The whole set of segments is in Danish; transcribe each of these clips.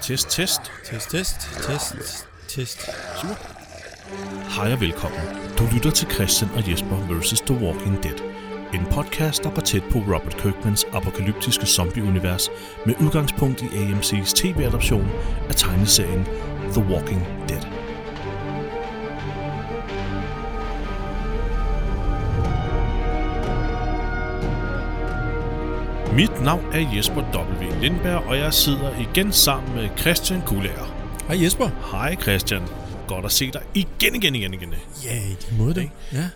Test. Super. Hej og velkommen. Du lytter til Christian og Jesper vs. The Walking Dead. En podcast, der går tæt på Robert Kirkmans apokalyptiske zombie-univers med udgangspunkt i AMC's tv-adaption af tegneserien The Walking Dead. Mit navn er Jesper W. Lindberg, og jeg sidder igen sammen med Christian Kullager. Hej Jesper. Hej Christian. Godt at se dig igen. Ja, i de måde det. Ja.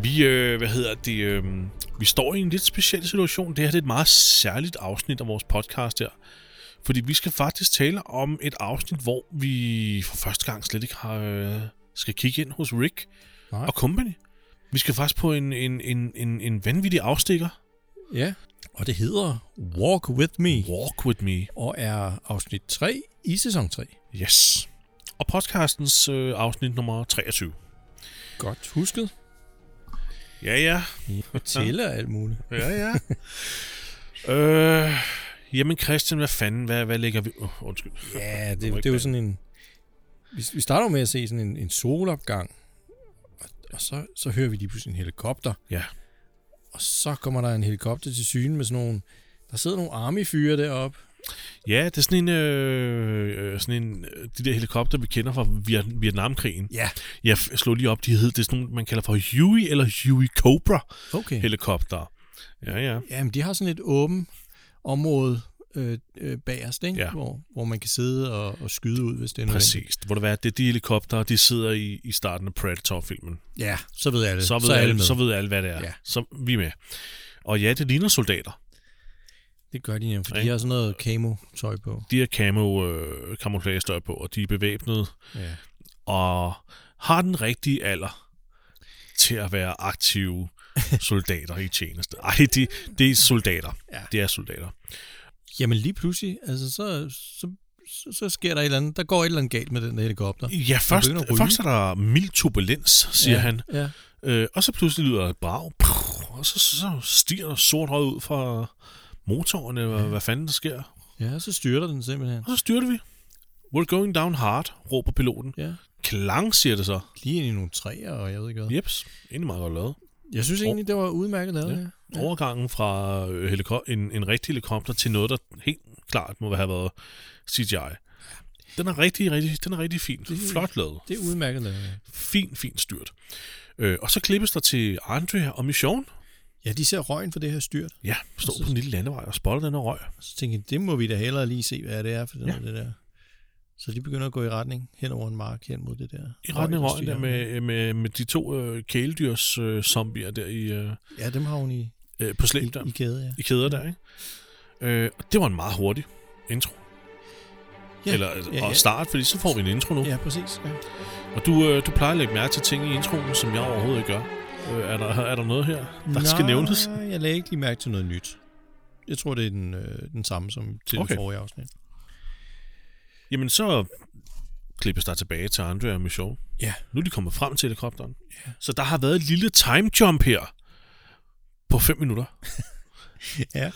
Vi står i en lidt speciel situation. Det her er et meget særligt afsnit af vores podcast her. Fordi vi skal faktisk tale om et afsnit, hvor vi for første gang slet ikke skal kigge ind hos Rick og company. Vi skal faktisk på en vanvittig afstikker. Ja, og det hedder Walk With Me. Walk With Me. Og er afsnit 3 i sæson 3. Yes. Og podcastens afsnit nummer 23. Godt husket. Ja. I fortæller alt muligt. Ja. Jamen Christian, hvad lægger vi... Undskyld. Ja, det er jo sådan en... Vi starter med at se sådan en solopgang. Og så hører vi lige pludselig en helikopter. Ja. Og så kommer der en helikopter til syne med sådan nogle... Der sidder nogle army-fyre deroppe. Ja, det er sådan en de der helikopter, vi kender fra Vietnamkrigen. Ja. Jeg slog lige op, det er sådan nogle, man kalder for Huey eller Huey Cobra helikopter. Ja. Jamen, de har sådan et åbent område bagerst, ikke? Ja. Hvor man kan sidde og skyde ud, hvis det er nødvendigt. Præcis. Hvor det er, det er de helikopter, de sidder i starten af Predator-filmen. Ja, så ved alle. Så ved alle, hvad det er. Ja. Så vi er med. Og ja, det ligner soldater. Det gør de nemlig, for de har sådan noget camo-tøj på. De har camouflage-tøj på, og de er bevæbnet. Ja. Og har den rigtige alder til at være aktive soldater i tjeneste. Ej, det er soldater. Ja. Det er soldater. Jamen lige pludselig, altså så sker der et eller andet. Der går et eller andet galt med den der helikopter. Ja, først er der mild turbulens, siger han. Ja. Og så pludselig lyder der et brag. Og så stiger der sort røg ud fra motoren, eller hvad fanden der sker. Ja, så styrter den simpelthen. Og så styrter vi. We're going down hard, råber piloten. Ja. Klang, siger det så. Lige ind i nogle træer, og jeg ved ikke hvad. Jeps, egentlig meget godt lavet. Jeg synes egentlig, det var udmærket lavet. Ja. Overgangen fra en rigtig helikopter til noget, der helt klart må have været CGI. Den er rigtig fin. Flot lavet. Det er udmærket lavet, ja. Fint styrt. Og så klippes der til Andrea og Michonne. Ja, de ser røgen for det her styrt. Ja, står på en lille landevej og spotter den her røg. Så tænker jeg, det må vi da hellere lige se, hvad det er for det der. Så de begynder at gå i retning hen over en mark hen mod det der. I retning af røgen der med de to kæledyrs zombier der i... ja, dem har hun i... på slæb der. I kæde, ja. I kæder der, ikke? Det var en meget hurtig intro. Ja, Eller start, fordi så får vi en intro nu. Ja, præcis. Ja. Og du plejer at lægge mærke til ting i introen, som jeg overhovedet ikke gør. Er der noget her, der skal nævnes? Nej, jeg lagde ikke lige mærke til noget nyt. Jeg tror, det er den samme som til det forrige afsnit. Jamen, så klippes der tilbage til Andrea og Michonne. Ja. Nu er de kommet frem til helikopteren. Ja. Så der har været et lille time jump her på 5 minutter. Ja.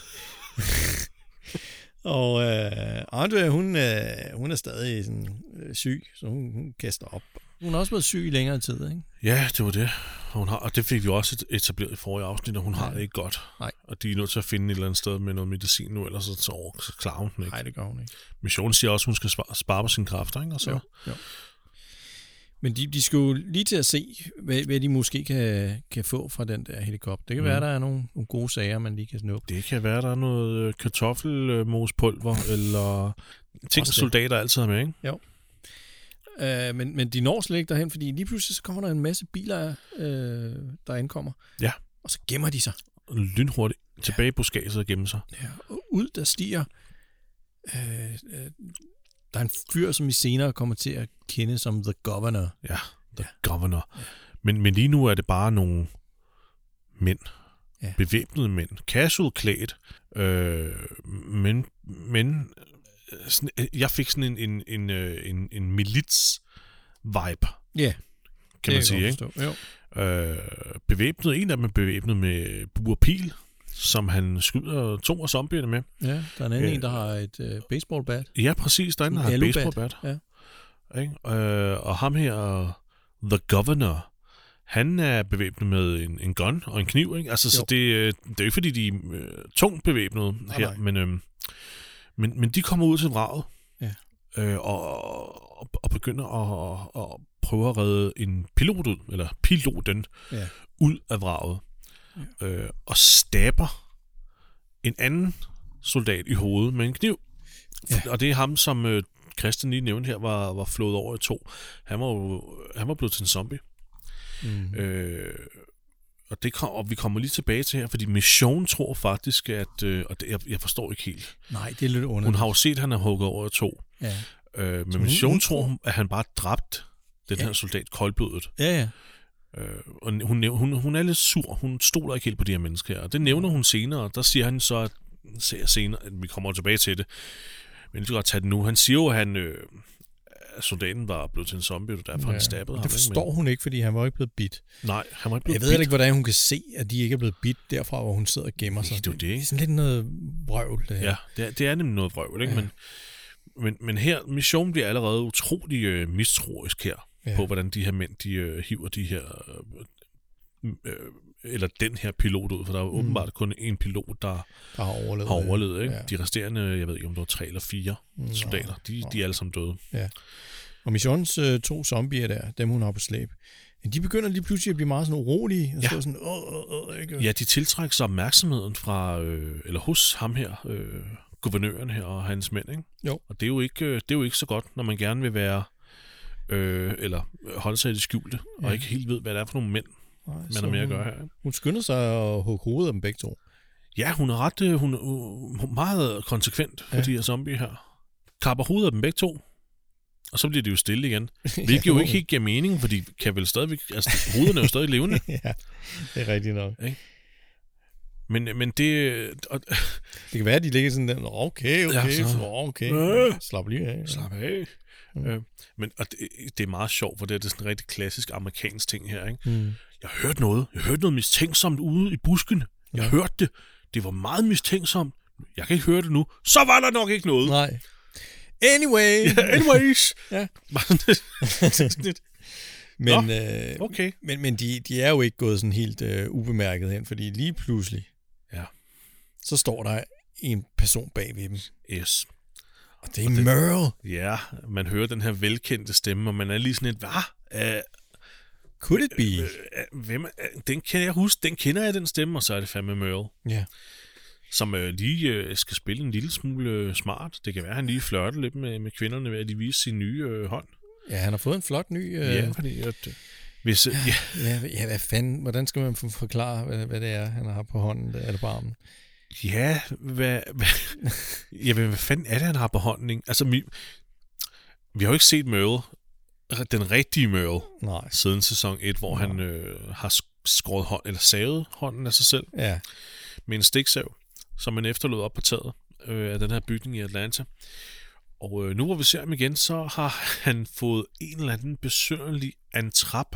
Og Andrea, hun er stadig sådan, syg, så hun kaster op. Hun har også været syg i længere tid, ikke? Ja, det var det. Og det fik vi også etableret i forrige afsnit, og hun har det ikke godt. Nej. Og de er nødt til at finde et eller andet sted med noget medicin nu, ellers så klarer hun den ikke. Nej, det gør hun ikke. Michonne siger også, at hun skal spare på sine kræfter, ikke? Og så... Jo. Men de skal jo lige til at se, hvad de måske kan få fra den der helikopter. Det kan være, der er nogle gode sager, man lige kan snuppe. Det kan være, der er noget kartoffelmospulver, eller ting, soldater altid har med, ikke? Jo. Men de når slet ikke derhen, fordi lige pludselig så kommer der en masse biler, der ankommer. Ja. Og så gemmer de sig. Lynhurtigt tilbage i buskaget og gemmer sig. Ja, og ud der stiger... der er en fyr, som vi senere kommer til at kende som The Governor. Ja, The Governor. Ja. Men lige nu er det bare nogle mænd. Ja. Bevæbnede mænd. Casual klædt. Men jeg fik sådan en milits-vibe. Ja. Kan man sige, ikke? En af dem er bevæbnet med bue og pil. som han skyder 2 af zombierne med. Ja, der er en anden en, der har et baseballbat. Ja, præcis. Der er en, der har et baseballbat. Ja. Og ham her, The Governor, han er bevæbnet med en gun og en kniv, ikke? Altså, så det er jo ikke, fordi de er tungt bevæbnet her, men de kommer ud til vraget, og begynder at prøve at redde en pilot ud, eller piloten, ud af vraget, og stabber en anden soldat i hovedet med en kniv. Ja. Og det er ham, som Christian lige nævnte her, var flået over i 2. Han var blevet til en zombie. Og vi kommer lige tilbage til her, fordi Michonne tror faktisk, at jeg forstår ikke helt. Nej, det er lidt underligt. Hun har jo set, at han er hugget over i 2. Ja. Men Michonne tror, at han bare dræbt den her soldat koldblodet. Ja. Og hun er lidt sur. Hun stoler ikke helt på de her mennesker her. Og det nævner hun senere. Der siger han så, at vi kommer tilbage til det. Men jeg skal godt tage det nu. Han siger jo, at soldaten var blevet til en zombie, og derfor han stabbede ham. Det forstår hun ikke, fordi han var ikke blevet bidt. Nej, han var ikke blevet bidt. Jeg ved ikke, hvordan hun kan se, at de ikke er blevet bidt derfra, hvor hun sidder og gemmer sig. Det er sådan lidt noget vrøvl, det her. Ja, det er nemlig noget vrøvl, ikke? Ja. Men her, Michonne bliver allerede utrolig mistroisk her, på hvordan de her mænd, de hiver de her... eller den her pilot ud, for der er jo åbenbart kun en pilot, der har overlevet, ikke? Ja. De resterende, jeg ved ikke, om det var 3 eller 4 soldater, de er alle sammen døde. Ja. Og Michonnes 2 zombier der, dem hun har på slæb, de begynder lige pludselig at blive meget sådan urolige, og stå sådan, ikke? Ja, de tiltrækker sig opmærksomheden fra, eller hos ham her, guvernøren her og hans mænd, ikke? Jo. Og det er jo ikke så godt, når man gerne vil være, eller holde sig i det skjulte, og ikke helt ved, hvad det er for nogle mænd, man har med at gøre her. Hun skynder sig at hugge hovedet af dem begge 2. Ja, hun er meget konsekvent for de her zombier her. Kapper hovedet af dem begge 2, og så bliver det jo stille igen. Hvilket jo ikke helt giver mening, for de kan vel stadigvæk... Altså, hovederne er jo stadig levende. Ja, det er rigtigt nok. Okay. Men det... Det kan være, at de ligger sådan der, okay. Slap lige af. Slap af. Men det er meget sjovt, for det er sådan en rigtig klassisk amerikansk ting her, ikke? Jeg hørte noget mistænksomt ude i busken. Jeg hørte det. Det var meget mistænksomt. Jeg kan ikke høre det nu. Så var der nok ikke noget. Nej. Anyways. Ja. Men, okay. Men de er jo ikke gået sådan helt ubemærket hen, fordi lige pludselig, så står der en person bag ved dem. Yes. Og det er Merle. Ja, man hører den her velkendte stemme, og man er lige sådan et, hvad? Could it be? Den kan jeg huske, den kender jeg, den stemme, og så er det fandme Merle. Ja. Som lige skal spille en lille smule smart. Det kan være, at han lige flørter lidt med kvinderne ved, at de viser sin nye hånd. Ja, han har fået en flot ny... Ja, fordi... hvad fanden? Hvordan skal man forklare, hvad det er, han har på hånden eller på armen? Ja, hvad fanden er det, han har på hånden? Ikke? Altså, vi har jo ikke set Merle, den rigtige Merle, siden sæson 1, hvor han har skåret eller savet hånden af sig selv med en stiksav, som man efterlod op på taget af den her bygning i Atlanta. Og nu hvor vi ser ham igen, så har han fået en eller anden besøgerlig antrap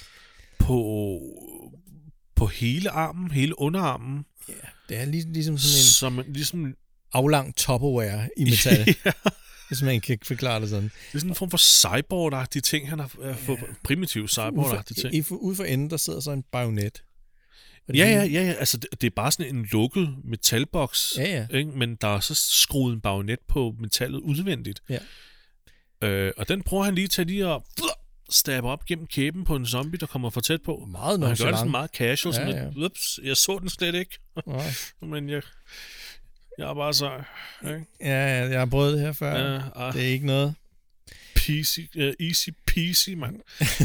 på hele armen, hele underarmen. Ja, det er ligesom sådan en aflang Tupperware i metal. Hvis man kan forklare det sådan. Det er sådan en form for cyborg-agtige ting, han har fået primitiv cyborg-agtige ting. Ude for enden, der sidder så en bajonet. Ja, altså det er bare sådan en lukket metalboks, ikke? Men der er så skruet en bajonet på metallet udvendigt. Ja. Og den prøver han lige at stabbe op gennem kæben på en zombie, der kommer for tæt på. Meget nok. Han gør det sådan meget casual, sådan lidt, ups, jeg så den slet ikke. Men jeg er bare så... Ikke? Ja, jeg har prøvet det her før. Det er ikke noget. Easy peasy, mand.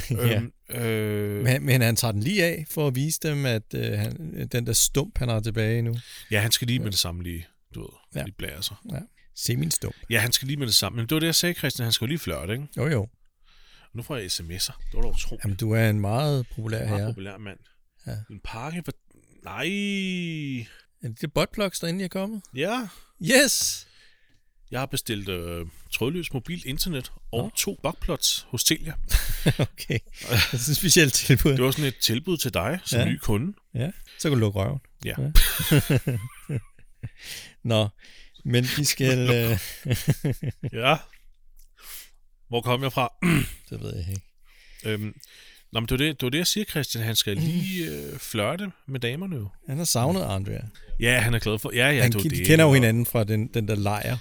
Men han tager den lige af, for at vise dem, at den der stump, han har tilbage nu. Ja, han skal lige med det samme lige, du ved, lige blære sig. Ja. Se min stump. Ja, han skal lige med det samme. Men det var det, jeg sagde, Christian, han skal jo lige flørte, ikke? Jo. Nu får jeg sms'er. Det var da utroligt. Jamen, du er en meget populær herre. Meget populær mand. Ja. En pakke for... Nej. Er det buttplugs, der endelig er kommet? Ja. Yes! Jeg har bestilt trådløs mobilt internet og 2 buttplugs hos Telia. Okay. Det er sådan et specielt tilbud. Det var sådan et tilbud til dig som ny kunde. Ja, så kan du lukke røven. Ja. Nå, men de skal... Ja. Hvor kom jeg fra? Det ved jeg ikke. Nå, men det var det, jeg siger, Christian. Han skal lige flirte med damerne jo. Han har savnet Andrea. Ja, han er glad for... Ja, de kender jo hinanden fra den der lejr,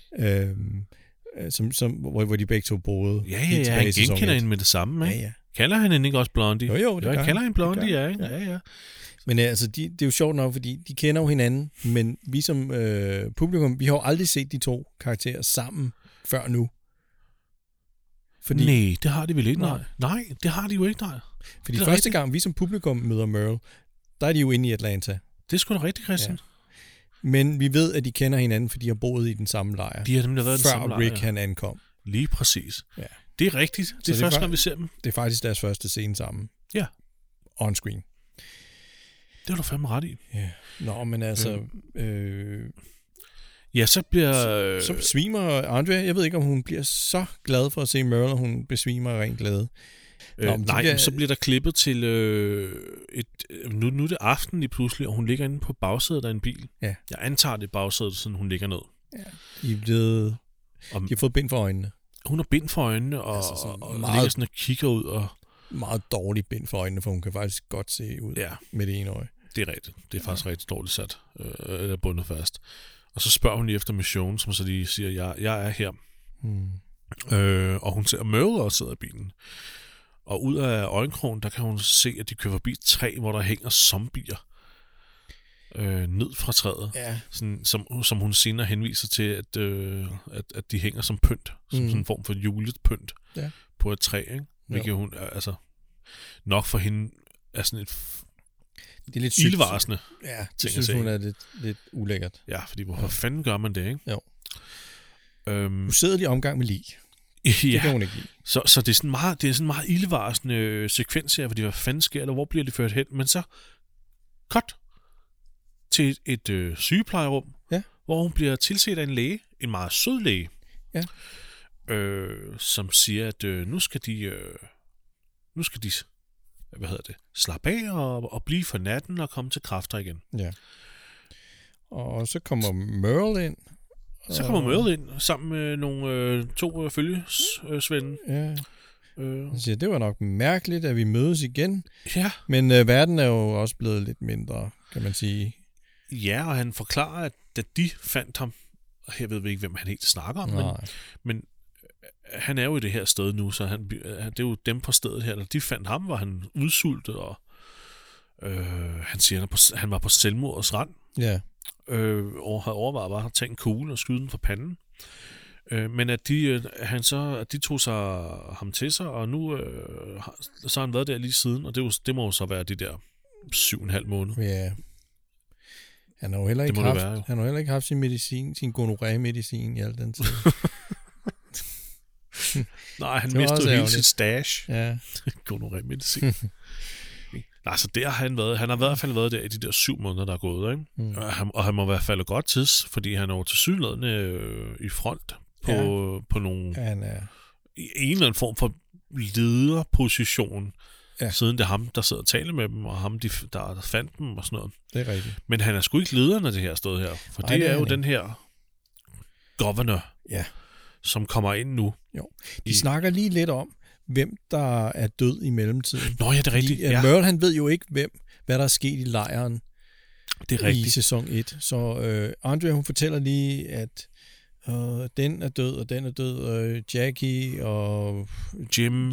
hvor de begge to boede. Ja, han genkender hende med det samme, ikke? Ja. Kalder han hende ikke også Blondie? Jo, det gør han. Kalder hende Blondie, ja. Men altså, det er jo sjovt nok, fordi de kender jo hinanden, men vi som publikum, vi har jo aldrig set de to karakterer sammen før nu. Fordi, nej, det har de vel ikke, nej. Det har de jo ikke, nej. Fordi første gang, vi som publikum møder Merle, der er de jo inde i Atlanta. Det er sgu da rigtigt, Christian. Ja. Men vi ved, at de kender hinanden, fordi de har boet i den samme lejr. De har nemlig været i den samme lejr. Før Rick han ankom. Lige præcis. Ja. Det er rigtigt. Det er første gang, vi ser dem. Det er faktisk deres første scene sammen. Ja. On screen. Det var du fandme ret i. Ja. Nå, men altså... Ja, så bliver... Så besvimer Andrea. Jeg ved ikke, om hun bliver så glad for at se Merle, og hun besvimer af ren glæde. Så bliver der klippet til nu er det aften lige pludselig, og hun ligger inde på bagsædet af en bil. Ja. Jeg antager det bagsædet, siden hun ligger ned. Ja. De har fået bind for øjnene. Hun har bind for øjnene, og, altså og ligger sådan og kigger ud. Og meget dårligt bind for øjnene, for hun kan faktisk godt se ud med det ene øje. Det er rigtigt. Det er faktisk rigtig dårligt sat. Eller bundet fast. Og så spørger hun lige efter missionen, som så lige siger, jeg er her. Og hun ser Merle også sidder i bilen. Og ud af øjenkrogen, der kan hun se, at de kører forbi et træ, hvor der hænger zombier ned fra træet. Ja. Sådan, som hun senere henviser til, at de hænger som pynt. Som sådan en form for julepynt på et træ. Ikke? Hvilket hun, altså, nok for hende er sådan et... Det er lidt ildvarsende. Ja, det synes hun er lidt ulækkert. Ja, fordi hvorfor fanden gør man det, ikke? Jo. Usædelig omgang med lig. Det kan hun ikke lide. Så det er sådan meget ildvarsende sekvens her, fordi hvad fanden sker, eller hvor bliver det ført hen? Men så cut til et sygeplejerum, hvor hun bliver tilset af en læge, en meget sød læge, som siger, at nu skal de slappe af og blive for natten og komme til kræfter igen. Ja. Og så kommer Merle ind. Så kommer Merle ind sammen med nogle to følgesvende. Ja. Han siger, det var nok mærkeligt, at vi mødes igen. Ja. Men verden er jo også blevet lidt mindre, kan man sige. Ja, og han forklarer, at da de fandt ham, og her ved vi ikke, hvem han helt snakker om, men han er jo i det her sted nu, så det er jo dem på stedet her. Da de fandt ham, var han udsultet, og han siger, at han var på selvmordets rand. Ja. Og havde overvejet bare at tage en kugle og skyde den for panden. Men at de tog sig ham til sig, og nu så har han været der lige siden, og det må jo så være de der 7,5 måneder. Ja. Han har jo heller ikke haft sin medicin, sin gonorrhea-medicin i al den tid. Nej, han mistede hele sit stash. Ja. Gonorrhea-medicin. Nej, så der har han været. Han har i hvert fald været der i de der 7 måneder, der er gået, ikke? Og han må i hvert fald godt tids, fordi han er jo tilsyneladende i front på nogle... Han er... I en eller anden form for lederposition, siden det er ham, der sidder og taler med dem, og ham, der fandt dem og sådan noget. Det er rigtigt. Men han er sgu ikke lederen af det her sted her, for det er jo den her governor, som kommer ind nu. Jo. De snakker lige lidt om, hvem der er død i mellemtiden. Nå ja, det er rigtigt. Merle, han ved jo ikke, hvad der er sket i lejren. Det er rigtigt. I sæson 1. Så Andrea, hun fortæller lige, at den er død, og den er død, og Jackie og Jim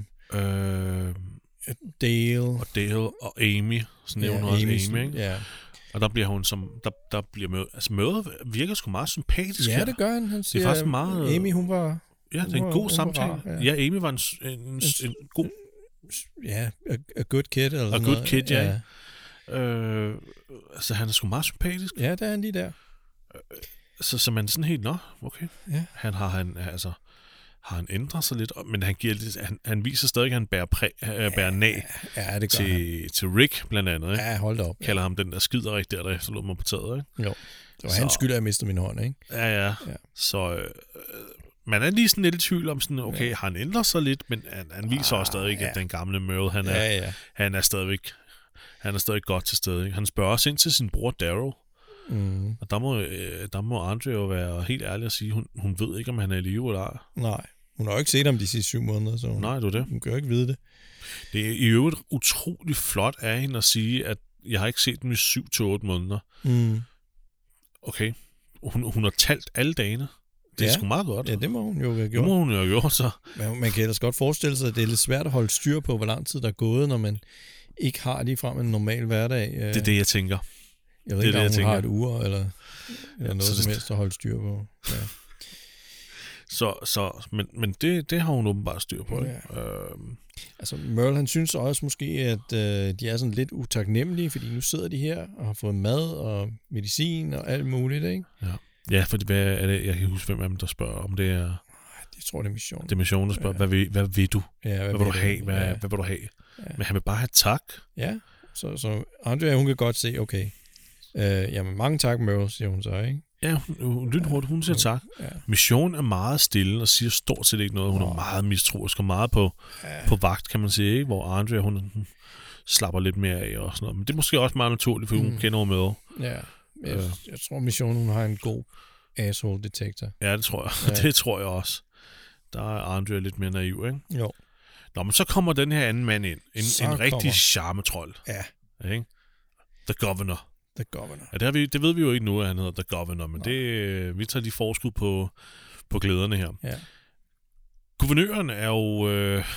Dale og Amy. Så nævner hun også Amy, ikke? Ja. Og der bliver hun der bliver Merle. Altså Merle virker sgu meget sympatisk her. Ja, det gør han. Han siger, det er faktisk meget... Amy, hun var... Ja, det er en god samtale. Ja, Amy var en god... Ja, a good kid eller sådan noget. A good kid, ja. Altså, han er sgu meget sympatisk. Ja, det er han lige der. Så man sådan helt, okay. Ja. Han har ændret sig lidt, men han viser stadig, at han bærer nag til Rick, blandt andet. Ikke? Ja, hold da op. Kalder ham den der skiderik der efterlod mig på taget. Ikke? Jo, det var hans skyld, at jeg mistede min hånd, ikke? Ja. Så man er lige sådan lidt i tvivl om sådan, okay, har han ændret sig lidt, men han viser også stadig, at den gamle Merle, han er stadig godt til stede. Ikke? Han spørger også ind til sin bror Daryl, og der må Andrea jo være helt ærlig at sige, hun ved ikke, om han er i live eller ej. Nej, hun har jo ikke set ham de sidste 7 måneder, så nej, det er det. Hun kan jo ikke vide det. Det er i øvrigt utrolig flot af hende at sige, at jeg har ikke set dem i 7-8 måneder. Okay, hun har talt alle dagene. Det er sgu meget godt. Ja, det må hun jo have gjort. Det må hun jo have gjort, så. Man kan ellers godt forestille sig, at det er lidt svært at holde styr på, hvor lang tid der er gået, når man ikke har ligefrem en normal hverdag. Det er det, jeg tænker. Jeg ved ikke, om hun har et ur, eller noget som helst at holde styr på. Ja. Men det har hun åbenbart styr på. Ja. Altså, Merle, han synes også måske, at de er sådan lidt utaknemmelige, fordi nu sidder de her og har fået mad og medicin og alt muligt, ikke? Ja, for hvad er det? Jeg kan huske, hvem af dem, der spørger, om det er... Jeg tror, det er Mission. Det er Mission, der spørger, hvad vil du? Ja, hvad vil du have? Hvad vil du have? Ja. Men han vil bare have tak. Ja, så Andrea, hun kan godt se, okay, jamen mange tak, Merle, siger hun så, ikke? Ja, hun siger tak. Ja. Mission er meget stille og siger stort set ikke noget. Hun er meget mistroisk og meget på vagt, kan man sige, ikke? Hvor Andrea, hun slapper lidt mere af og sådan noget. Men det er måske også meget naturligt, for hun kender med. Ja, jeg tror, Mission, hun har en god asshole detektor. Ja, det tror jeg. Ja. Det tror jeg også. Der er Andrea lidt mere naiv, ikke? Jo. Nå, men så kommer den her anden mand ind. En rigtig charmetrold. Ja. Ikke? The Governor. The Governor. Ja, det ved vi jo ikke nu, at han hedder The Governor, men vi tager lige forskud på glæderne her. Ja. Guvernøren er jo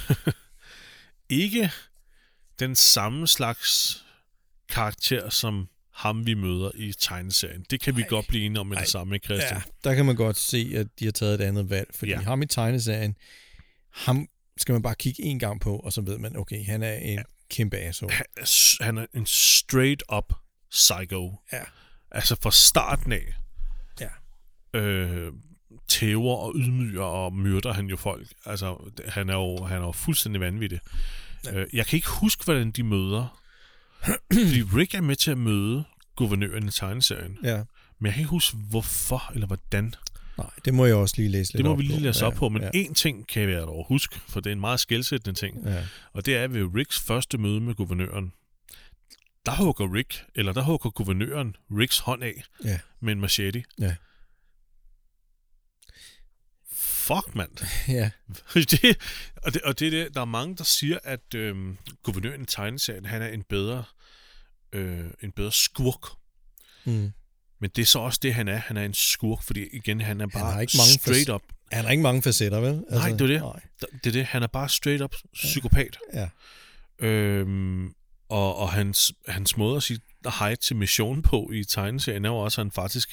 ikke den samme slags karakter, som ham, vi møder i tegneserien. Det kan vi godt blive enige om med det samme, ikke, Christian? Ja, der kan man godt se, at de har taget et andet valg, fordi ham i tegneserien, ham skal man bare kigge en gang på, og så ved man, okay, han er en kæmpe asshole. Han er en straight up psycho. Ja. Altså fra starten af. Ja. Tæver og ydmyger og myrder han jo folk. Altså, han er jo fuldstændig vanvittig. Ja. Jeg kan ikke huske, hvordan de møder. Fordi Rick er med til at møde guvernøren i tegneserien. Ja. Men jeg kan ikke huske, hvorfor eller hvordan. Nej, det må jeg også lige læse lidt op på. Det må vi lige læse op på, men én ting kan jeg dog huske, for det er en meget skelsættende ting. Ja. Og det er ved Ricks første møde med guvernøren. Der hugger guvernøren Ricks hånd af med en machete. Ja. Fuck, mand. Ja. Og det, der er mange, der siger, at guvernøren i tegneserien, han er en bedre skurk. Men det er så også det, han er. Han er en skurk, fordi igen, han er bare straight up. Han har ikke mange facetter, vel? Altså, nej, det er det. Nej. Det er det. Han er bare straight up psykopat. Ja. Og hans måde at sige hej til Mission på i tegneserien er jo også, at han faktisk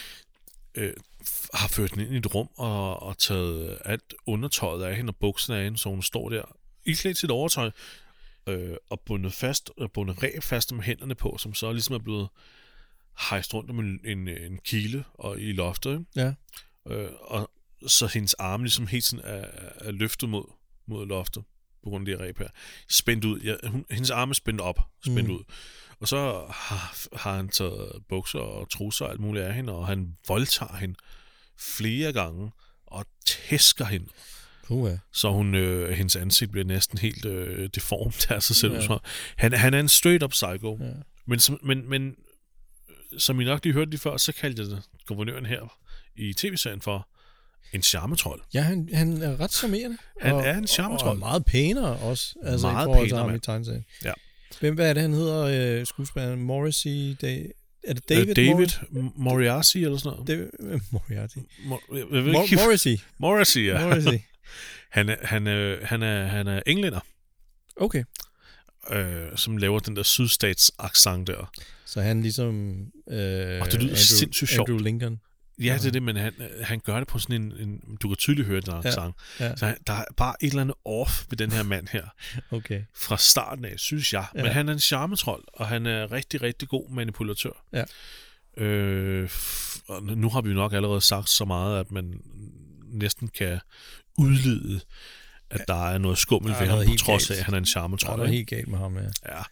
har ført hende ind i et rum og taget alt undertøjet af hende og bukserne af hende, så hun står der iklædt sit overtøj og bundet ræb fast med hænderne på, som så ligesom er blevet hejst rundt om en kile og i loftet. Ikke? Ja. Og så hendes arme ligesom helt sådan er løftet mod loftet på grund af det ræb her. Spændt ud. Hendes arme er spændt ud. Og så har han taget bukser og trusser og alt muligt af hende, og han voldtager hende flere gange og tæsker hende. Så hendes ansigt bliver næsten helt deformt af sig selv. Ja. Han er en straight up psycho. Ja. Men som I nok lige hørte lige før, så kaldte jeg guvernøren her i tv-serien for en charmetrold. Ja, han er ret charmerende. Han er en charmetrold. Og meget pænere også. Altså meget i forhold til pænere, ham i tegneserien. Ja. Hvad er det, han hedder? Skuespilleren Morrissey? Er det David Moriarty eller sådan noget? Moriarty. Morrissey, ja. Morrissey. Han er englænder. Okay. Som laver den der sydstats-accent der. Så han ligesom det lyder sindssygt sjovt. Andrew Lincoln. Ja, det er det, men han gør det på sådan en du kan tydeligt høre den accent. Ja. Så der er bare et eller andet off ved den her mand her. Okay. Fra starten af, synes jeg. Men han er en charmetrold, og han er rigtig, rigtig god manipulatør. Ja. Og nu har vi jo nok allerede sagt så meget, at man næsten kan udlede, at der er noget skummelt ved ham, på trods af, at han er en charmetrold. Der er helt galt med ham, ja.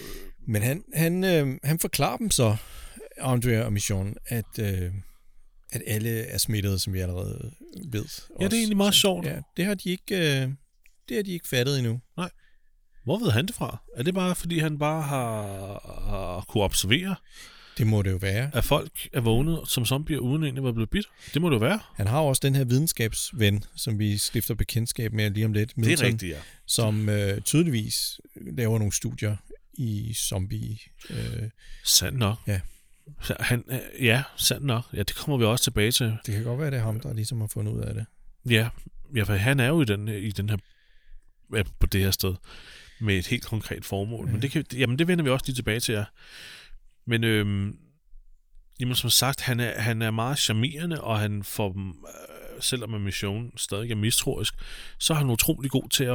Men han forklarer dem så, Andrea og Mission, at at alle er smittet, som vi allerede ved. Ja, det er egentlig meget sjovt. Ja, det har de ikke fattet endnu. Nej. Hvor ved han det fra? Er det bare, fordi han bare har kunne observere, Det må det jo være. at folk er vågnet som zombier, uden egentlig at være blevet bidt? Det må det jo være. Han har også den her videnskabsven, som vi stifter bekendtskab med lige om lidt. Det er rigtigt, ja. Som tydeligvis laver nogle studier i zombie. Sandt nok. Ja. Sandt nok. Ja, det kommer vi også tilbage til. Det kan godt være, det er ham, der ligesom har fundet ud af det. Ja, for han er jo i den her på det her sted med et helt konkret formål. Men det vender vi også lige tilbage til, ja. Men jamen, som sagt, han er meget charmerende, og han får dem, selvom missionen stadig er mistroisk, så er han utrolig god til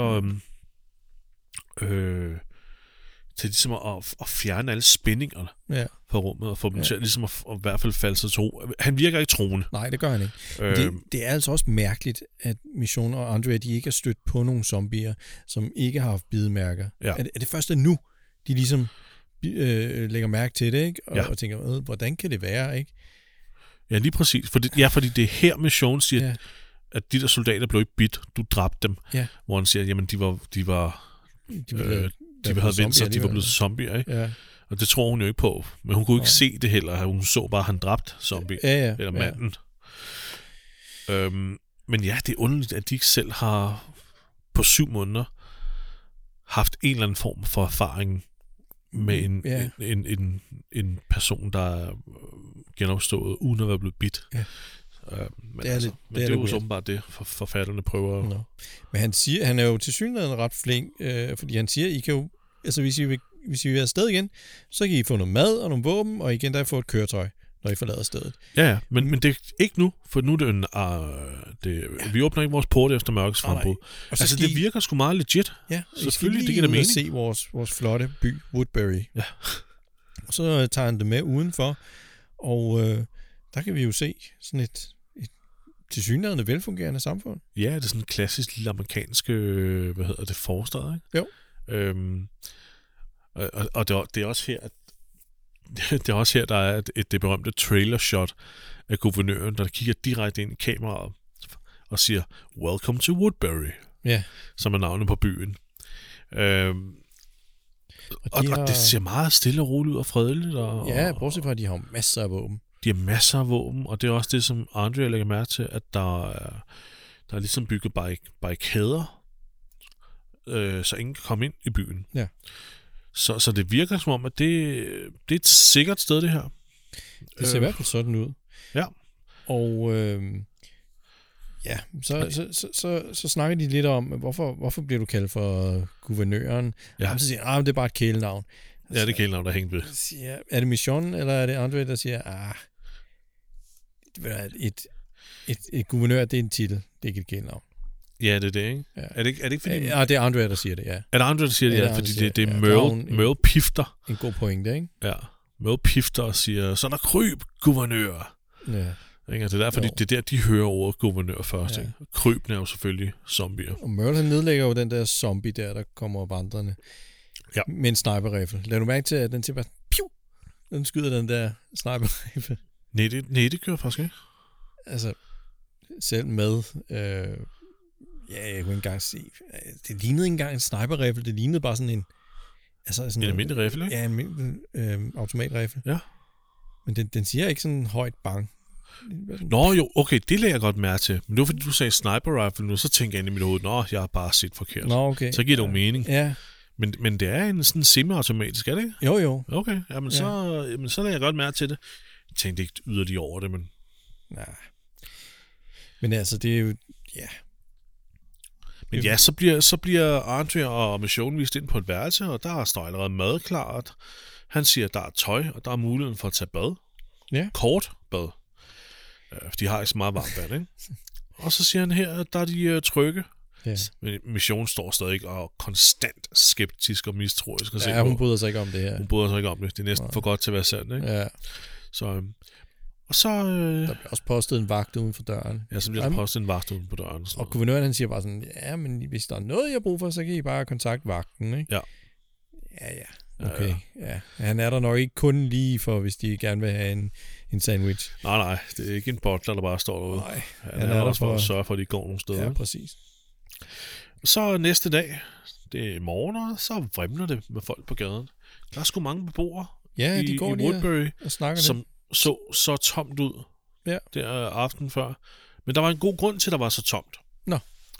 til ligesom at fjerne alle spændingerne fra rummet, og få dem til at, ligesom at i hvert fald falde sig til ro. Han virker ikke troende. Nej, det gør han ikke. Det er altså også mærkeligt, at Mission og Andrea, de ikke er stødt på nogle zombier, som ikke har haft bidemærker. Ja. Er det først nu, de ligesom lægger mærke til det, ikke? Og tænker, hvordan kan det være, ikke? Ja, lige præcis. Fordi det er her Mission siger, at de der soldater blev ikke bidt, du dræbte dem. Ja. Hvor han siger, jamen de havde vendt sig, de var blevet zombier, ikke? Ja. Og det tror hun jo ikke på. Men hun kunne ikke se det heller. Hun så bare, at han dræbte zombie. Eller manden. Ja. Men ja, det er underligt, at de ikke selv har på 7 måneder haft en eller anden form for erfaring med en person, der er genopstået, uden at være blevet bidt. Ja. Men det er jo åbenbart det, forfatterne prøver. No. Men han er jo tilsyneladende ret flink, fordi han siger, I kan jo, altså hvis I vil afsted igen, så kan I få noget mad og nogle våben, og igen der få et køretøj, når I forlader stedet. Ja, men det er ikke nu, for nu er det vi åbner ikke vores porte efter mørkets frembrud. Altså det virker sgu meget legit. Ja, selvfølgelig, det giver da mening. Se vores flotte by, Woodbury. Ja. Og så tager han det med udenfor, og der kan vi jo se sådan et tilsyneladende velfungerende samfund. Ja, det er sådan en klassisk lille amerikansk, forstad, ikke? Jo. Og det er også her, der er det berømte trailer shot af guvernøren, der kigger direkte ind i kameraet og siger, "Welcome to Woodbury", som er navnet på byen. Og det ser meget stille og roligt ud og fredeligt. Bortset fra, at de har masser af våben. De har masser af våben, og det er også det, som Andrea lægger mærke til, at der er ligesom bygget barrikader, så ingen kan komme ind i byen. Ja. Så det virker som om, at det er et sikkert sted, det her. Det ser i hvert fald sådan ud. Ja. Og så snakker de lidt om, hvorfor bliver du kaldt for guvernøren? Ja. Og så siger han, det er bare et kælenavn. Ja, det er kælenavn, der er hængt ved. Er det Mission, eller er det Andrea, der siger, et guvernør, det er en titel, det er ikke et kælenavn. Ja, det er det, ikke? Ja. Er det ikke fordi... Ja, det er Andrea, der siger det, ja. Er det Andrea, der siger det, ja, fordi det er Merle pifter. En god pointe, ikke? Ja, Merle pifter og siger, så der kryb, guvernør. Ja. Ikke? Det er derfor, det er der, de hører ordet guvernør først. Ja. Krybene er jo selvfølgelig zombier. Og Merle, han nedlægger jo den der zombie der kommer vandrende med en sniper-rifle. Lad du mærke til, at den siger bare, piu! Den skyder den der sniper-rifle. Nej, det gør faktisk ikke. Altså, selv med... jeg kunne ikke engang se... Det lignede ikke engang en sniper-rifle. Det lignede bare sådan en... Altså sådan en almindelig rifle, ikke? Ja, en almindelig automatrifle. Ja. Men den siger ikke sådan højt bang. Nå jo, okay, det lagde jeg godt mærke til. Men nu fordi du sagde sniper rifle nu, så tænker jeg ind i mit hoved, jeg har bare set forkert. Nå, okay. Så giver det jo mening. Ja. Men det er en sådan semi-automatisk, er det ikke? Jo. Okay, jamen så lagde jeg godt mærke til det. Jeg tænkte ikke yderligere over det, men... Nej. Men altså, det er jo... Ja. Men ja, så bliver Andrea og Mission vist ind på et værelse, og der står allerede mad klart. Han siger, at der er tøj, og der er muligheden for at tage bad. Ja. Kort bad. De har ikke så meget varmt vand, ikke? Og så siger han her, at der er de trygge. Ja. Men Mission står stadig og er konstant skeptisk og mistroisk. Ja, hun bryder sig ikke om det her. Hun bryder sig ikke om det. Det er næsten for godt til at være sandt, ikke? Ja. Så... Og så... Der bliver også postet en vagt uden for døren. Ja, så bliver der postet en vagt uden for døren. Og guvernøren, han siger bare sådan, ja, men hvis der er noget, jeg har brug for, så kan I bare kontakte vagten, ikke? Ja. Ja. Okay, ja. Han er der nok ikke kun lige for, hvis de gerne vil have en sandwich. Nej, det er ikke en butler, der bare står derude. Nej, han er der for at sørge for, at de går nogle steder. Ja, præcis. Så næste dag, det er morgen, og så vrimler det med folk på gaden. Der er sgu mange beboere de går i Woodbury, og snakker som så tomt ud der aften før. Men der var en god grund til, at der var så tomt. Nå.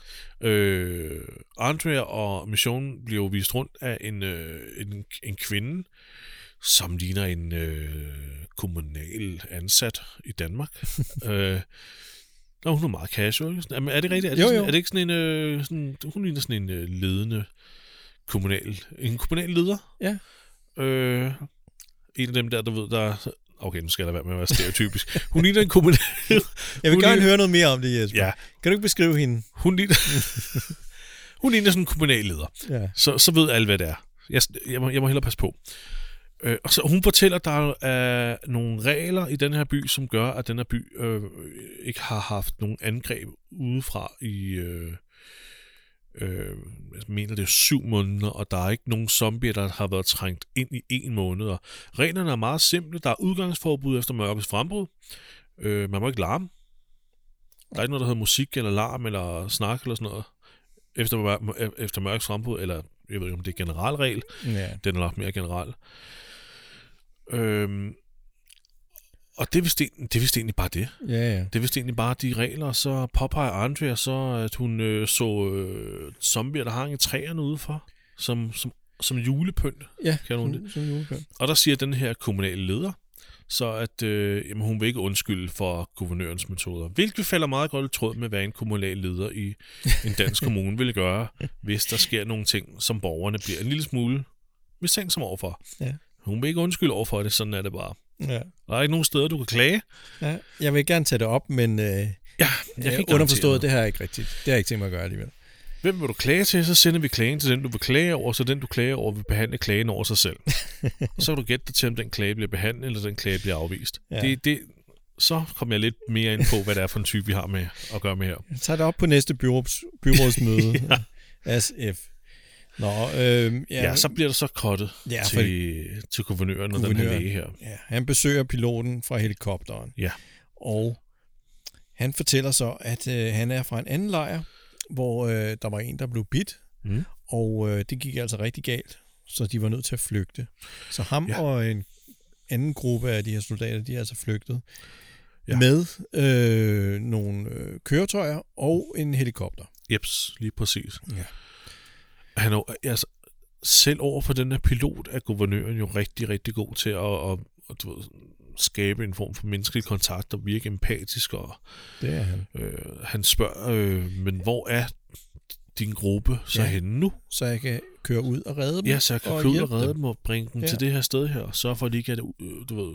Andrea og Mission bliver jo vist rundt af en kvinde, som ligner en kommunal ansat i Danmark. Og hun er meget casual. Jamen, er det rigtigt? Er det ikke sådan en... hun ligner sådan en ledende kommunal leder? Ja. En af dem der ved, der... Okay, nu skal jeg da være med at være stereotypisk. Hun ligner en kommunal... Jeg vil gerne høre noget mere om det, Jesper. Ja. Kan du ikke beskrive hende? Hun ligner sådan en kommunal leder. Ja. Så ved alle, hvad det er. Jeg må hellere passe på. Og så hun fortæller, at der er nogle regler i den her by, som gør, at den her by ikke har haft nogen angreb udefra i... jeg mener, det er 7 måneder, og der er ikke nogen zombier, der har været trængt ind i 1 måned. Og reglerne er meget simple. Der er udgangsforbud efter mørkets frembrud. Man må ikke larme. Der er ikke noget, der hedder musik, eller larm, eller snak, eller sådan noget. Efter mørkets frembrud, eller jeg ved ikke, om det er generalregel. Ja. Den er nok mere general. Og det er vist egentlig bare det. Ja. Det er vist egentlig bare de regler. Så påpeger Andrea så, at hun så zombier, der hang i træerne udefor, som julepynt. Ja, som julepynt. Og der siger den her kommunale leder, så at hun vil ikke undskylde for guvernørens metoder. Hvilket falder meget godt i tråd med, hvad en kommunal leder i en dansk kommune vil gøre, hvis der sker nogle ting, som borgerne bliver en lille smule mistænksomme overfor. Ja. Hun vil ikke undskylde overfor det, sådan er det bare. Ja. Der er ikke nogen steder, du kan klage. Ja, jeg vil gerne tage det op, men jeg kan ikke underforstået, det her er ikke rigtigt. Det har jeg ikke tænkt mig at gøre alligevel. Hvem vil du klage til, så sender vi klagen til den, du vil klage over, så den, du klager over, vil behandle klagen over sig selv. Og så kan du gætte dig til, om den klage bliver behandlet, eller den klage bliver afvist. Ja. Så kommer jeg lidt mere ind på, hvad det er for en type, vi har med at gøre med her. Jeg tager det op på næste byrådsmøde. SF. Nå, så bliver der så kottet til guvernøren og den her læge her. Ja, han besøger piloten fra helikopteren. Ja. Og han fortæller så, at han er fra en anden lejr, hvor der var en, der blev bidt. Og det gik altså rigtig galt, så de var nødt til at flygte. Så ham og en anden gruppe af de her soldater, de er altså flygtet med nogle køretøjer og en helikopter. Jeps, lige præcis. Ja. Han er altså, selv over for den her pilot er guvernøren jo rigtig, rigtig god til at du ved, skabe en form for menneskelig kontakt og virke empatisk. Og, det er han. Han spørger, men hvor er din gruppe så henne nu? Så jeg kan køre ud og redde dem. Ja, så jeg kan køre ud og redde dem og bringe dem til det her sted her, og sørge for, at de ikke er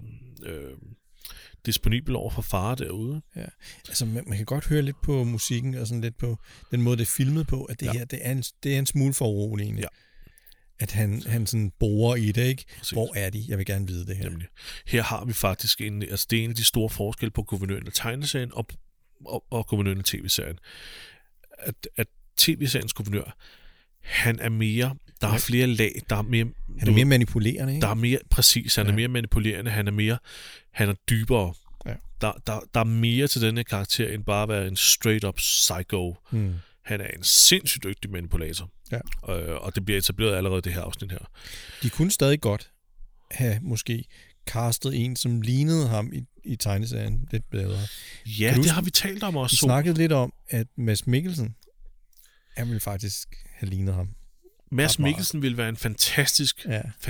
disponibel over for fare derude. Ja, altså man kan godt høre lidt på musikken og sådan lidt på den måde, det er filmet på, at det her, det er en smule foruroligende. Ja. At han sådan borer i det, ikke? Præcis. Hvor er de? Jeg vil gerne vide det her. Nemlig. Her har vi faktisk det er en af de store forskelle på guvernøren af tegneserien og guvernøren af tv-serien. At tv-seriens guvernør, han er mere, der er flere lag, der er mere... Han er mere manipulerende, ikke? Der er mere, præcis, han er mere manipulerende, han er dybere. Ja. Der er mere til denne karakter, end bare at være en straight-up psycho. Han er en sindssygt dygtig manipulator. Ja. Og det bliver etableret allerede det her afsnit her. De kunne stadig godt have måske castet en, som lignede ham i tegneserien lidt bedre. Ja, det har vi talt om også. Vi snakkede lidt om, at Mads Mikkelsen, han ville faktisk have lignet ham. Mads Mikkelsen ville være en fantastisk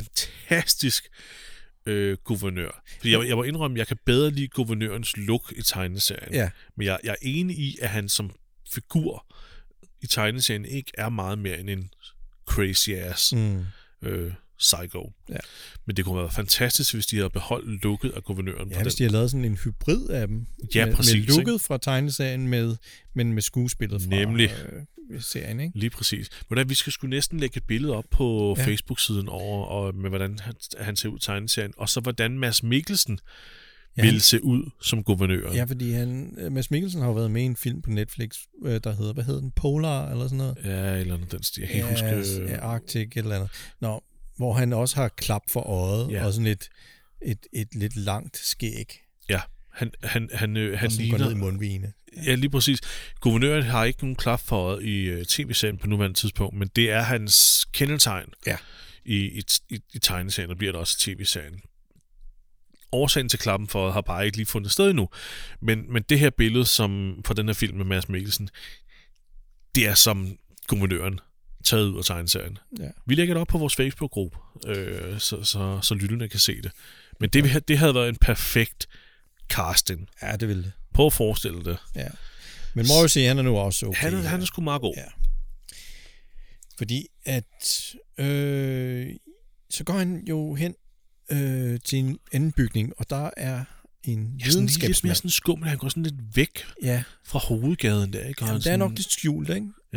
guvernør. Fordi jeg må indrømme, at jeg kan bedre lide guvernørens look i tegneserien. Ja. Men jeg er enig i, at han som figur i tegneserien ikke er meget mere end en crazy ass psycho. Ja. Men det kunne være fantastisk, hvis de havde beholdt looket af guvernøren. Ja, hvis de havde lavet sådan en hybrid af dem. Ja, præcis. Med looket fra tegneserien, men med skuespillet fra serien, ikke? Lige præcis. Hvordan vi skal sgu næsten lægge et billede op på Facebook-siden over, og med hvordan han ser ud i tegneserien, og så hvordan Mads Mikkelsen ville se ud som guvernøren. Ja, fordi Mads Mikkelsen har jo været med i en film på Netflix, der hedder, hvad hedder den? Polar, eller sådan noget? Ja, eller andet den stil. Jeg kan huske... Ja, Arctic, eller andet. Nå, hvor han også har klap for øjet, Ja. og sådan et lidt langt skæg, Ja, han og som går ned i mundvigene. Ja, lige præcis. Guvernøren har ikke nogen klap for øjet i tv-serien på nuværende tidspunkt, men det er hans kendetegn i tegneserien, og bliver det også i tv-serien. Årsagen til klappen for øjet har bare ikke lige fundet sted endnu, men det her billede som på den her film med Mads Mikkelsen, det er som guvernøren taget ud af tegneserien. Ja. Vi lægger det op på vores Facebook-gruppe, så lytterne kan se det. Men det havde været en perfekt casting. Ja, det ville det. Prøv at forestille det. Ja. Men må jo sige, han er nu også okay. Han er sgu meget god. Ja. Fordi at så går han jo hen til en anden bygning, og der er en videnskabsmand. Lidt mere sådan skummel. Han går sådan lidt væk fra hovedgaden der, ikke? Jamen, det er nok lidt skjult, ikke? Ja.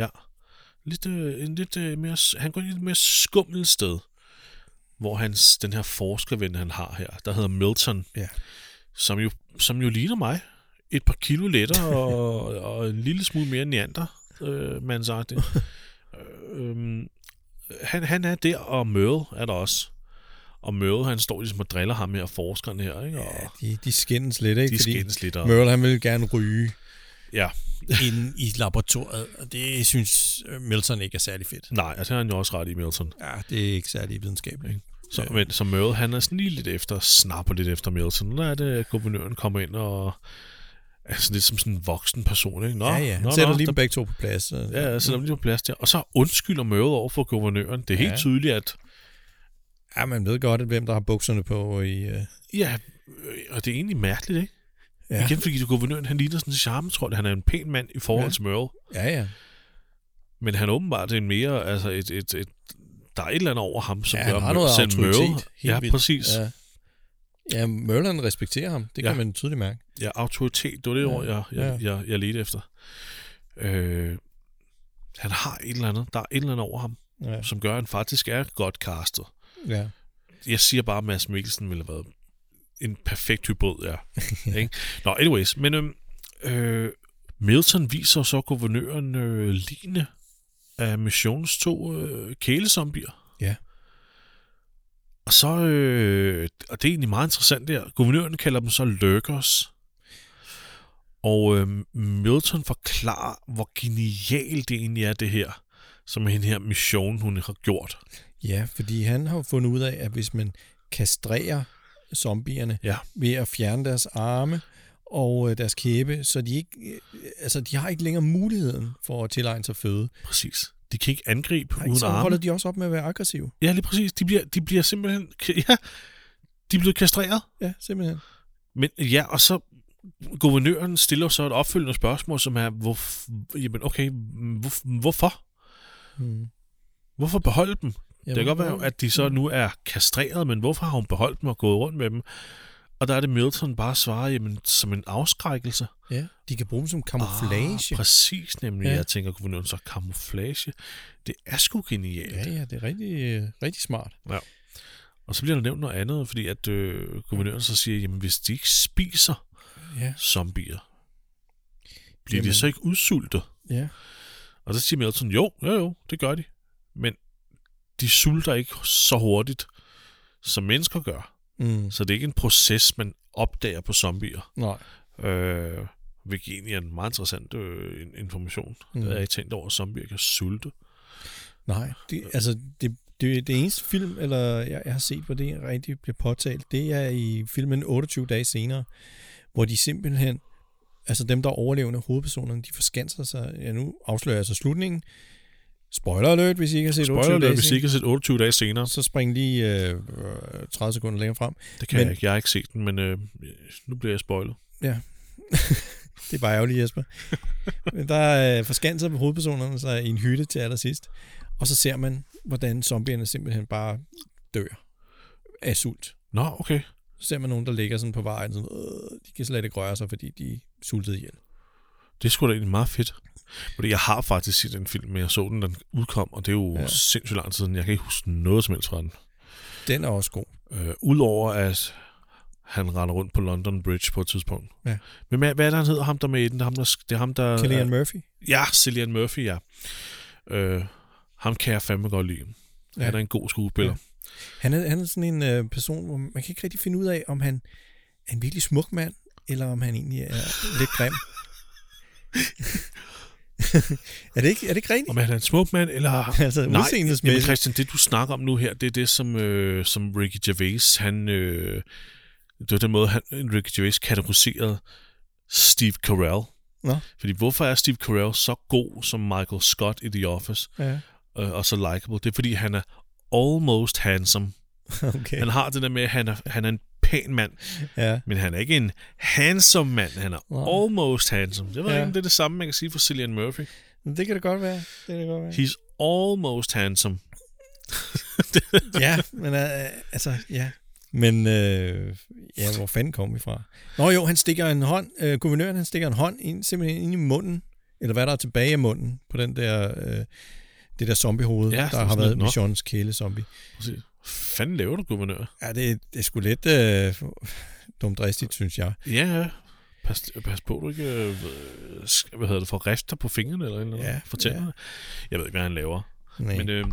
Han går lidt mere skummelt sted, hvor den her forskerven, han har her, der hedder Milton, som jo ligner mig. Et par kilo lettere og en lille smule mere neandermandsagtig. Han er der, og Merle er der også. Og Merle, han står ligesom og driller ham her, forskeren her, ikke? Og de skændes lidt, ikke? De skændes lidt. Merle, han vil gerne ryge ja. inde i laboratoriet, og det synes Milton ikke er særlig fedt. Nej, altså han er jo også ret i Milton. Ja, det er ikke særlig videnskabeligt. Så Merle, han er sådan lige lidt efter, snapper lidt efter Milton. Når er det, guvernøren kommer ind og altså lidt som sådan en voksen person, ikke? Han sætter lige dem begge to på plads. Ja, sætter dem lige på plads der. Og så undskylder Merle over for guvernøren. Det er helt tydeligt, at ja, man ved godt, hvem der har bukserne på i... Ja, og det er egentlig mærkeligt, ikke? Ja. Igen, fordi guvernøren, han ligner sådan en charmetrol. Han er en pæn mand i forhold til Merle. Ja. Men han åbenbart en mere, altså der er et eller andet over ham, som gør ham selv Merle. Ja, præcis. Ja, Merle respekterer ham. Det kan man tydeligt mærke. Ja, autoritet, det var det ord, jeg ledte efter. Han har et eller andet. Der er et eller andet over ham, som gør, at han faktisk er godt castet. Ja. Jeg siger bare, at Mads Mikkelsen ville have været en perfekt hybrid, ja. Ikke? Nå, anyways, men Milton viser så guvernøren lignende af missionens 2 kælezombier. Ja. Og så, og det er egentlig meget interessant der, guvernøren kalder dem så lurkers. Og Milton forklarer, hvor genialt det egentlig er det her, som er den her mission, hun har gjort. Ja, fordi han har fundet ud af, at hvis man kastrerer zombierne ved at fjerne deres arme og deres kæbe, så de ikke, altså de har ikke længere muligheden for at tilegne sig føde. Præcis. De kan ikke angribe uden arme. Så holder de også op med at være aggressive. Ja, lige præcis. De bliver simpelthen... Ja, de er blevet kastreret. Ja, simpelthen. Men ja, og så guvernøren stiller så et opfølgende spørgsmål, som er, hvorfor? Hvorfor beholde dem? Det kan godt være, at de så nu er kastreret, men hvorfor har hun beholdt dem og gået rundt med dem? Og der er det Milton bare svarer, jamen, som en afskrækkelse. Ja, de kan bruge dem som camouflage. Præcis, nemlig. Jeg tænker, guvernøren så camouflage. Det er sgu genialt. Ja, det er rigtig, rigtig smart. Ja. Og så bliver der nævnt noget andet, fordi at guvernøren så siger, jamen, hvis de ikke spiser zombier, bliver de så ikke udsultet? Ja. Og så siger Milton, jo, det gør de. Men de sulter ikke så hurtigt, som mennesker gør. Så det er ikke en proces, man opdager på zombier. Nej. Hvilket egentlig er en meget interessant information. Jeg har ikke tænkt over, at zombier kan sulte. Nej, det eneste film, eller jeg har set, hvor det rigtig bliver påtalt, det er i filmen 28 dage senere, hvor de simpelthen, altså dem, der overlevende hovedpersonerne, de forskanser sig. Ja, nu afslører jeg så slutningen. Spoiler alert, hvis I ikke har set 28 dage senere. Så spring lige 30 sekunder længere frem. Det kan jeg ikke. Jeg har ikke set den, men nu bliver jeg spoilet. Ja. Det er bare ærgerligt, Jesper. Men der forskanser hovedpersonerne sig i en hytte til allersidst. Og så ser man, hvordan zombierne simpelthen bare dør af sult. Nå, okay. Så ser man nogen, der ligger sådan på vejen. Sådan, de kan slet ikke røre sig, fordi de sultede ihjel. Det er sgu da egentlig meget fedt. Fordi jeg har faktisk set en film, men jeg så den udkom, og det er jo sindssygt lang tid siden. Jeg kan ikke huske noget som helst fra den. Den er også god. Udover at han render rundt på London Bridge på et tidspunkt. Ja. Men hvad er det, han hedder? Ham der med i den? Det er ham, der... Cillian Murphy? Ja, Cillian Murphy, ja. Ham kan jeg fandme godt lide. Han er en god skuespiller. Han er sådan en person, hvor man kan ikke rigtig finde ud af, om han er en virkelig smuk mand, eller om han egentlig er lidt grim. er det ikke rigtigt? Om han er en smuk mand, eller... altså, nej, jamen Christian, det du snakker om nu her, det er det, som Ricky Gervais, det var den måde, Ricky Gervais kategoriserede Steve Carell. Nå. Fordi hvorfor er Steve Carell så god som Michael Scott i The Office, og så likable? Det er, fordi han er almost handsome. Okay. Han har det der med, at han er en pæn mand, men han er ikke en handsome mand. Han er almost handsome. Jeg ved ikke, om det er det samme, man kan sige for Cillian Murphy. Det kan det godt være. He's almost handsome. ja, men altså, ja. Men, hvor fanden kom vi fra? Nå jo, han stikker en hånd, guvernøren, han stikker en hånd simpelthen ind i munden, eller hvad der er tilbage af munden, på den der, det der zombiehoved, der har været Michonnes kælezombie. Præcis. Fanden laver du, guvernør? Ja, det er sgu lidt dumdristigt, synes jeg. Ja, pas på, du ikke får rifter på fingrene eller noget. Ja, for tænderne. Ja. Jeg ved ikke, hvad han laver. Nej. Men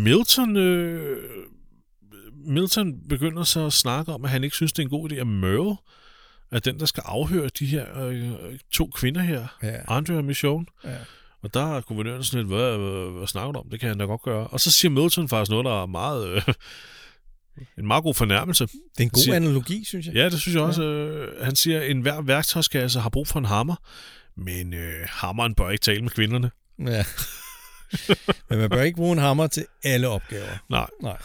Milton begynder så at snakke om, at han ikke synes, det er en god idé, at Merle er den, der skal afhøre de her 2 kvinder her. Ja. Andrea og Michonne. Ja. Og der er guvernøren sådan lidt, hvad snakker du om? Det kan han da godt gøre. Og så siger Milton faktisk noget, der er meget... en meget god fornærmelse. Det er en god analogi, synes jeg. Ja, det synes jeg også. Han siger, at enhver værktøjskasse har brug for en hammer, men hammeren bør ikke tale med kvinderne. Ja. Men man bør ikke bruge en hammer til alle opgaver. Nej.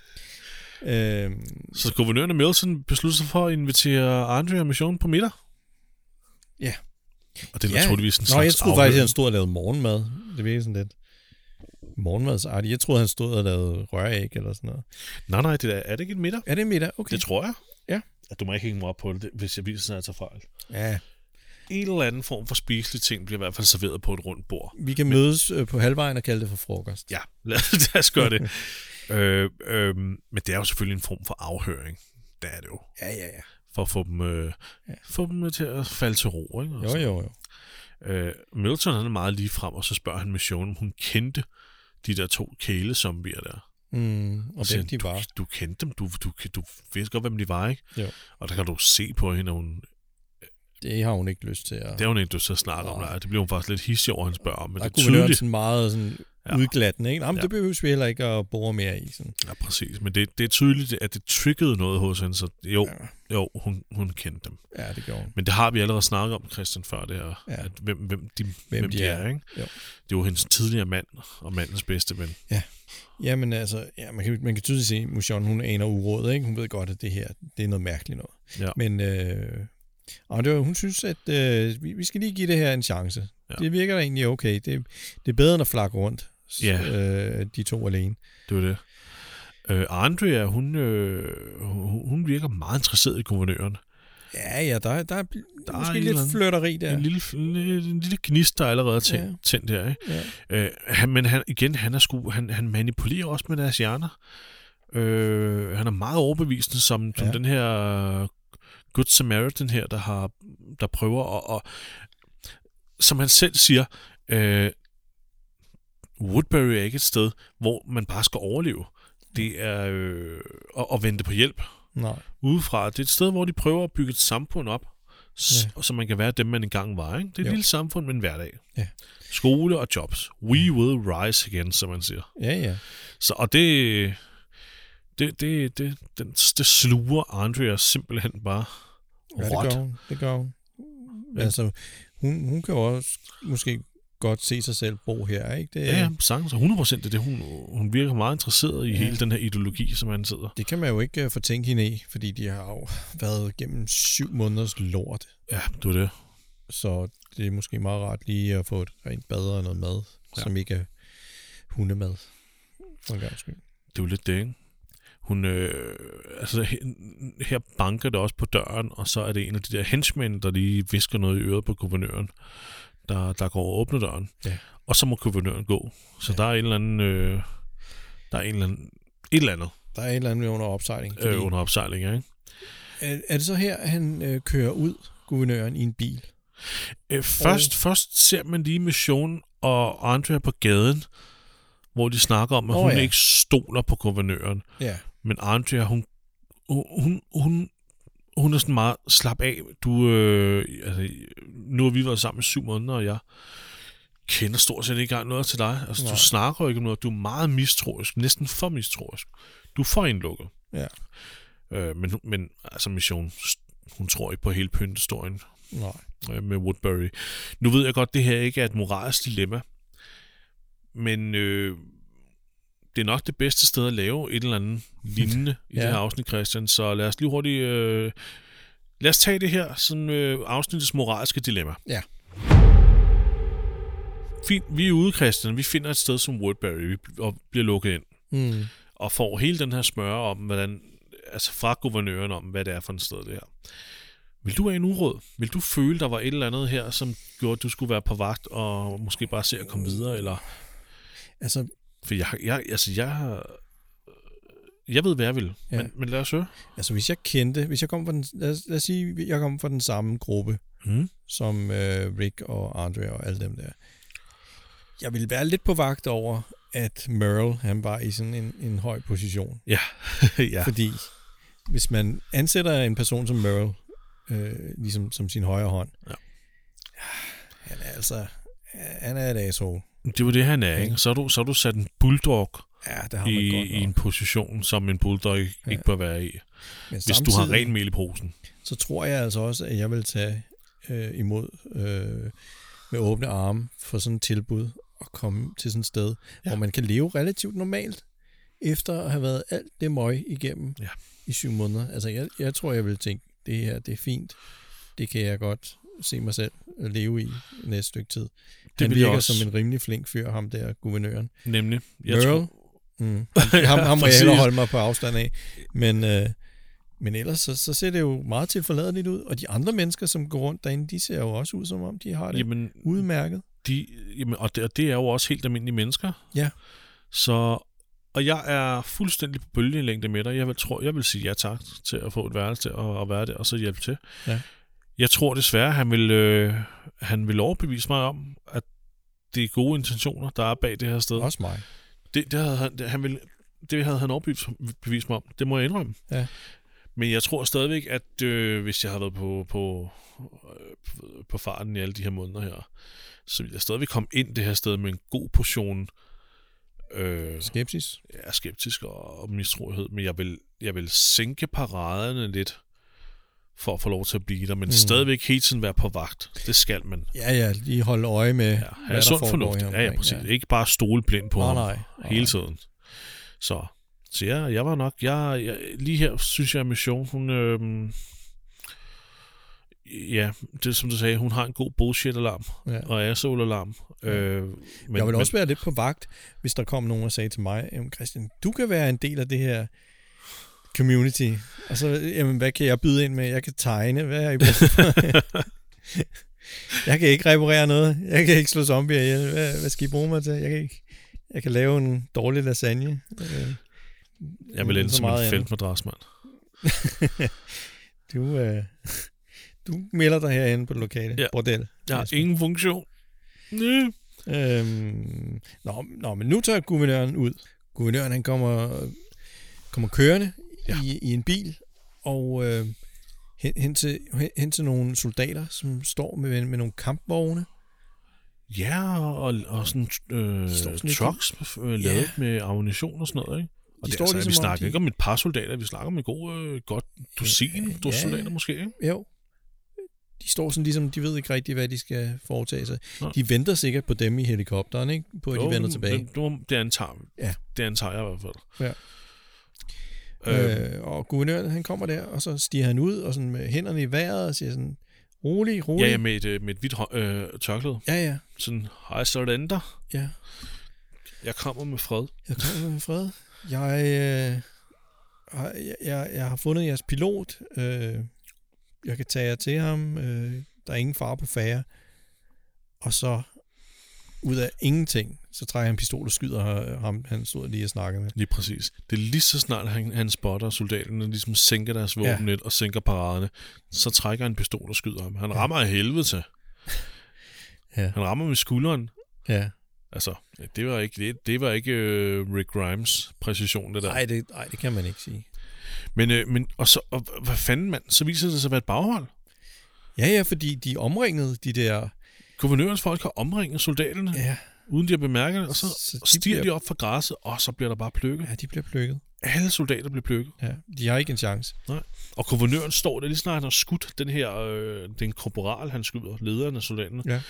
Så guvernøren af Milton beslutter sig for at invitere Andrea og Michonne på middag. Ja. Og det er naturligvis en slags jeg troede faktisk, at han stod og lavede morgenmad. Det virker sådan lidt morgenmadsartigt. Jeg troede, han stod og lavede røræg eller sådan noget. Nej, er det ikke en middag? Er det en middag? Okay. Det tror jeg. Ja. Du må ikke hænge mig op på det, hvis jeg viser sig at tage fejl. Ja. En eller anden form for spiselige ting bliver i hvert fald serveret på et rundt bord. Vi kan mødes på halvvejen og kalde det for frokost. Ja, lad os gøre det. Men det er jo selvfølgelig en form for afhøring. Det er det jo. Ja. For at få dem til at falde til ro, ikke? Jo. Milton han er meget lige frem, og så spørger han Michonne, om hun kendte de der 2 kælezombier der. Og hvem de var. Du kendte dem, du vidste godt, hvem de var, ikke? Jo. Og der kan du se på hende, hun... Det har hun ikke lyst til at... Det har hun ikke lyst til at snakke om. Nej. Det bliver hun faktisk lidt hissig over, han spørger om. Men der kunne man sådan meget sådan udglattende, ikke? Jamen, det behøver vi heller ikke at bore mere i. Sådan. Ja, præcis. Men det er tydeligt, at det triggede noget hos hende, så hun kendte dem. Ja, det gjorde hun. Men det har vi allerede snakket om, Christian, før det her. Ja. At hvem de er, ikke? Jo. Det er jo hendes tidligere mand, og mandens bedste ven. Ja. Jamen altså, man kan tydeligt se, at Michonne, hun aner uråd, ikke? Hun ved godt, at det her, det er noget mærkeligt noget. Ja. Men hun synes, at vi skal lige give det her en chance. Ja. Det virker da egentlig okay. Det er bedre end at flakke rundt, de 2 alene. Det var det. Andrea, hun virker meget interesseret i guvernøren. Ja, der er måske lidt flirteri der. En lille gnist, der er allerede tændt her. Ikke? Ja. Men han manipulerer også med deres hjerner. Han er meget overbevisende som den her Good Samaritan her, der prøver at som han selv siger, Woodbury er ikke et sted, hvor man bare skal overleve. Det er at vente på hjælp. Nej. Udefra. Det er et sted, hvor de prøver at bygge et samfund op, så man kan være dem, man engang var. Ikke? Det er et lille samfund med en hverdag. Ja. Skole og jobs. We will rise again, som man siger. Ja. Så, og det sluger Andrea simpelthen bare råt. Det gør hun. Ja. Altså, hun kan jo også måske godt se sig selv bo her, ikke? Det, ja, sagtens. 100% det. Hun virker meget interesseret i hele den her ideologi, som han sidder. Det kan man jo ikke fortænke hende i, fordi de har jo været gennem 7 måneders lort. Ja, det er det. Så det er måske meget rart lige at få et rent bad og noget mad, som ikke er hundemad. For en gang skyld. Det er jo lidt det, ikke? Hun, her banker det også på døren, og så er det en af de der henchmen, der lige visker noget i øret på guvernøren, der går og åbner døren. Ja. Og så må guvernøren gå. Så der er et eller andet... Der er et eller andet under opsejling. Under opsejling, ja, ikke? Er det så her, han kører ud, guvernøren, i en bil? Først ser man lige Michonne og Andrea på gaden, hvor de snakker om, at hun ikke stoler på guvernøren. Ja. Men Andrea, hun er sådan meget slap af. Nu har vi været sammen i 7 måneder, og jeg kender stort set ikke engang noget til dig. Altså, du snakker jo ikke om noget. Du er meget mistroisk, næsten for mistroisk. Du er for indlukket. Ja. Men altså, Mission, hun tror ikke på hele pynthistorien. Nej. Med Woodbury. Nu ved jeg godt, det her ikke er et moralsk dilemma, men det er nok det bedste sted at lave et eller andet lignende i det her afsnit, Christian. Så lad os lige hurtigt... lad os tage det her sådan afsnittets moralske dilemma. Ja. Fint, vi er ude, Christian. Vi finder et sted som Woodbury og bliver lukket ind. Og får hele den her smøre om, hvordan... Altså fra guvernøren om, hvad det er for et sted, det her. Vil du have en uråd? Vil du føle, der var et eller andet her, som gjorde, at du skulle være på vagt, og måske bare se at komme videre, eller... Altså... For jeg ved, hvad jeg vil, men lad os høre. Altså, hvis jeg kom fra den... Lad os sige, jeg kom fra den samme gruppe, som Rick og Andrea og alle dem der. Jeg ville være lidt på vagt over, at Merle, han var i sådan en høj position. Ja. Ja. Fordi hvis man ansætter en person som Merle, ligesom som sin højre hånd, han er et asshole. Det var det, han er, ikke? Så er du sat en bulldog det har man godt i en position, som en bulldog ikke bør være i. Men hvis du har ren mel i posen. Så tror jeg altså også, at jeg vil tage imod med åbne arme for sådan et tilbud og komme til sådan et sted, hvor man kan leve relativt normalt, efter at have været alt det møg igennem i 7 måneder. Altså, jeg tror, jeg vil tænke, det her, det er fint. Det kan jeg godt se mig selv leve i næste stykke tid. Han virker som en rimelig flink fyr, ham der guvernøren. Nemlig. Merle. Ham må jeg hellere holde mig på afstand af. Men ellers så ser det jo meget tilforladeligt ud. Og de andre mennesker, som går rundt derinde, de ser jo også ud, som om de har det udmærket. Og det er jo også helt almindelige mennesker. Ja. Og jeg er fuldstændig på bølgelængde med dig. Jeg vil sige ja tak til at få et værelse til at være der, og så hjælpe til. Ja. Jeg tror desværre, han vil overbevise mig om, at det er gode intentioner, der er bag det her sted. Også mig. Det havde han overbevist mig om. Det må jeg indrømme. Ja. Men jeg tror stadigvæk, at hvis jeg havde været på farten i alle de her måneder her, så ville jeg stadigvæk komme ind det her sted med en god portion skepsis. Ja, skeptisk og mistroighed. Men jeg vil sænke paraderne lidt for at få lov til at blive der, men stadigvæk hele tiden være på vagt. Det skal man. Ja, lige holde øje med, hvad der sund fornuft. Ja, præcis. Ja. Ikke bare stole blind på ham hele tiden. Så jeg var nok... Jeg lige her synes jeg, at Mission, hun... det som du sagde, hun har en god bullshit-alarm og asshole-alarm. Men jeg vil også være lidt på vagt, hvis der kom nogen og sagde til mig, Christian, du kan være en del af det her community. Og så, hvad kan jeg byde ind med? Jeg kan tegne. Hvad er I brug for? Jeg kan ikke reparere noget. Jeg kan ikke slå zombier ihjel. Hvad skal I bruge mig til? Jeg kan lave en dårlig lasagne. Jeg vil ende som en feltmadras, mand. Du melder dig herinde på det lokale bordel. Jeg har ingen funktion. Men nu tager guvernøren ud. Guvernøren, han kommer kørende i en bil, og hen til nogle soldater, som står med nogle kampvogne. Ja, og sådan trucks lavet med ammunition og sådan noget, ikke? Og det, altså, vi snakker ikke om et par soldater, vi snakker om et godt dusin soldater måske, ikke? Jo. De står sådan ligesom, de ved ikke rigtigt, hvad de skal foretage sig. De venter sikkert på dem i helikopteren, ikke? På at de vender tilbage. Det antager jeg i hvert fald. Ja. Og guvernøren, han kommer der, og så stiger han ud, og sådan med hænderne i vejret, og siger sådan, rolig. Ja, med et hvidt tørklæde. Ja. Sådan, hej, surrender. Ja. Jeg kommer med fred. Jeg har fundet jeres pilot. Jeg kan tage jer til ham. Der er ingen fare på færre. Og så ud af ingenting, så trækker han pistol og skyder ham, han stod lige og snakkede med. Lige præcis. Det er lige så snart, han spotter soldaterne, ligesom sænker deres våben lidt og sænker paraderne, så trækker han pistol og skyder ham. Han rammer af helvede til. Han rammer med skulderen. Ja. Altså, det var ikke Rick Grimes præcision, det der. Nej, det kan man ikke sige. Men hvad fanden, mand? Så viser det sig at være et baghold. Ja, fordi de omringede de der... Guvernørens folk har omringet soldaterne, Ja. uden de har bemærket det, og så stiger de op fra græsset, og så bliver der bare plukket. Ja, de bliver plukket. Alle soldater bliver plukket. Ja, de har ikke en chance. Nej. Og guvernøren står der lige snart, han har skudt den her, den korporal, han skyder, lederen af soldaterne. Ja.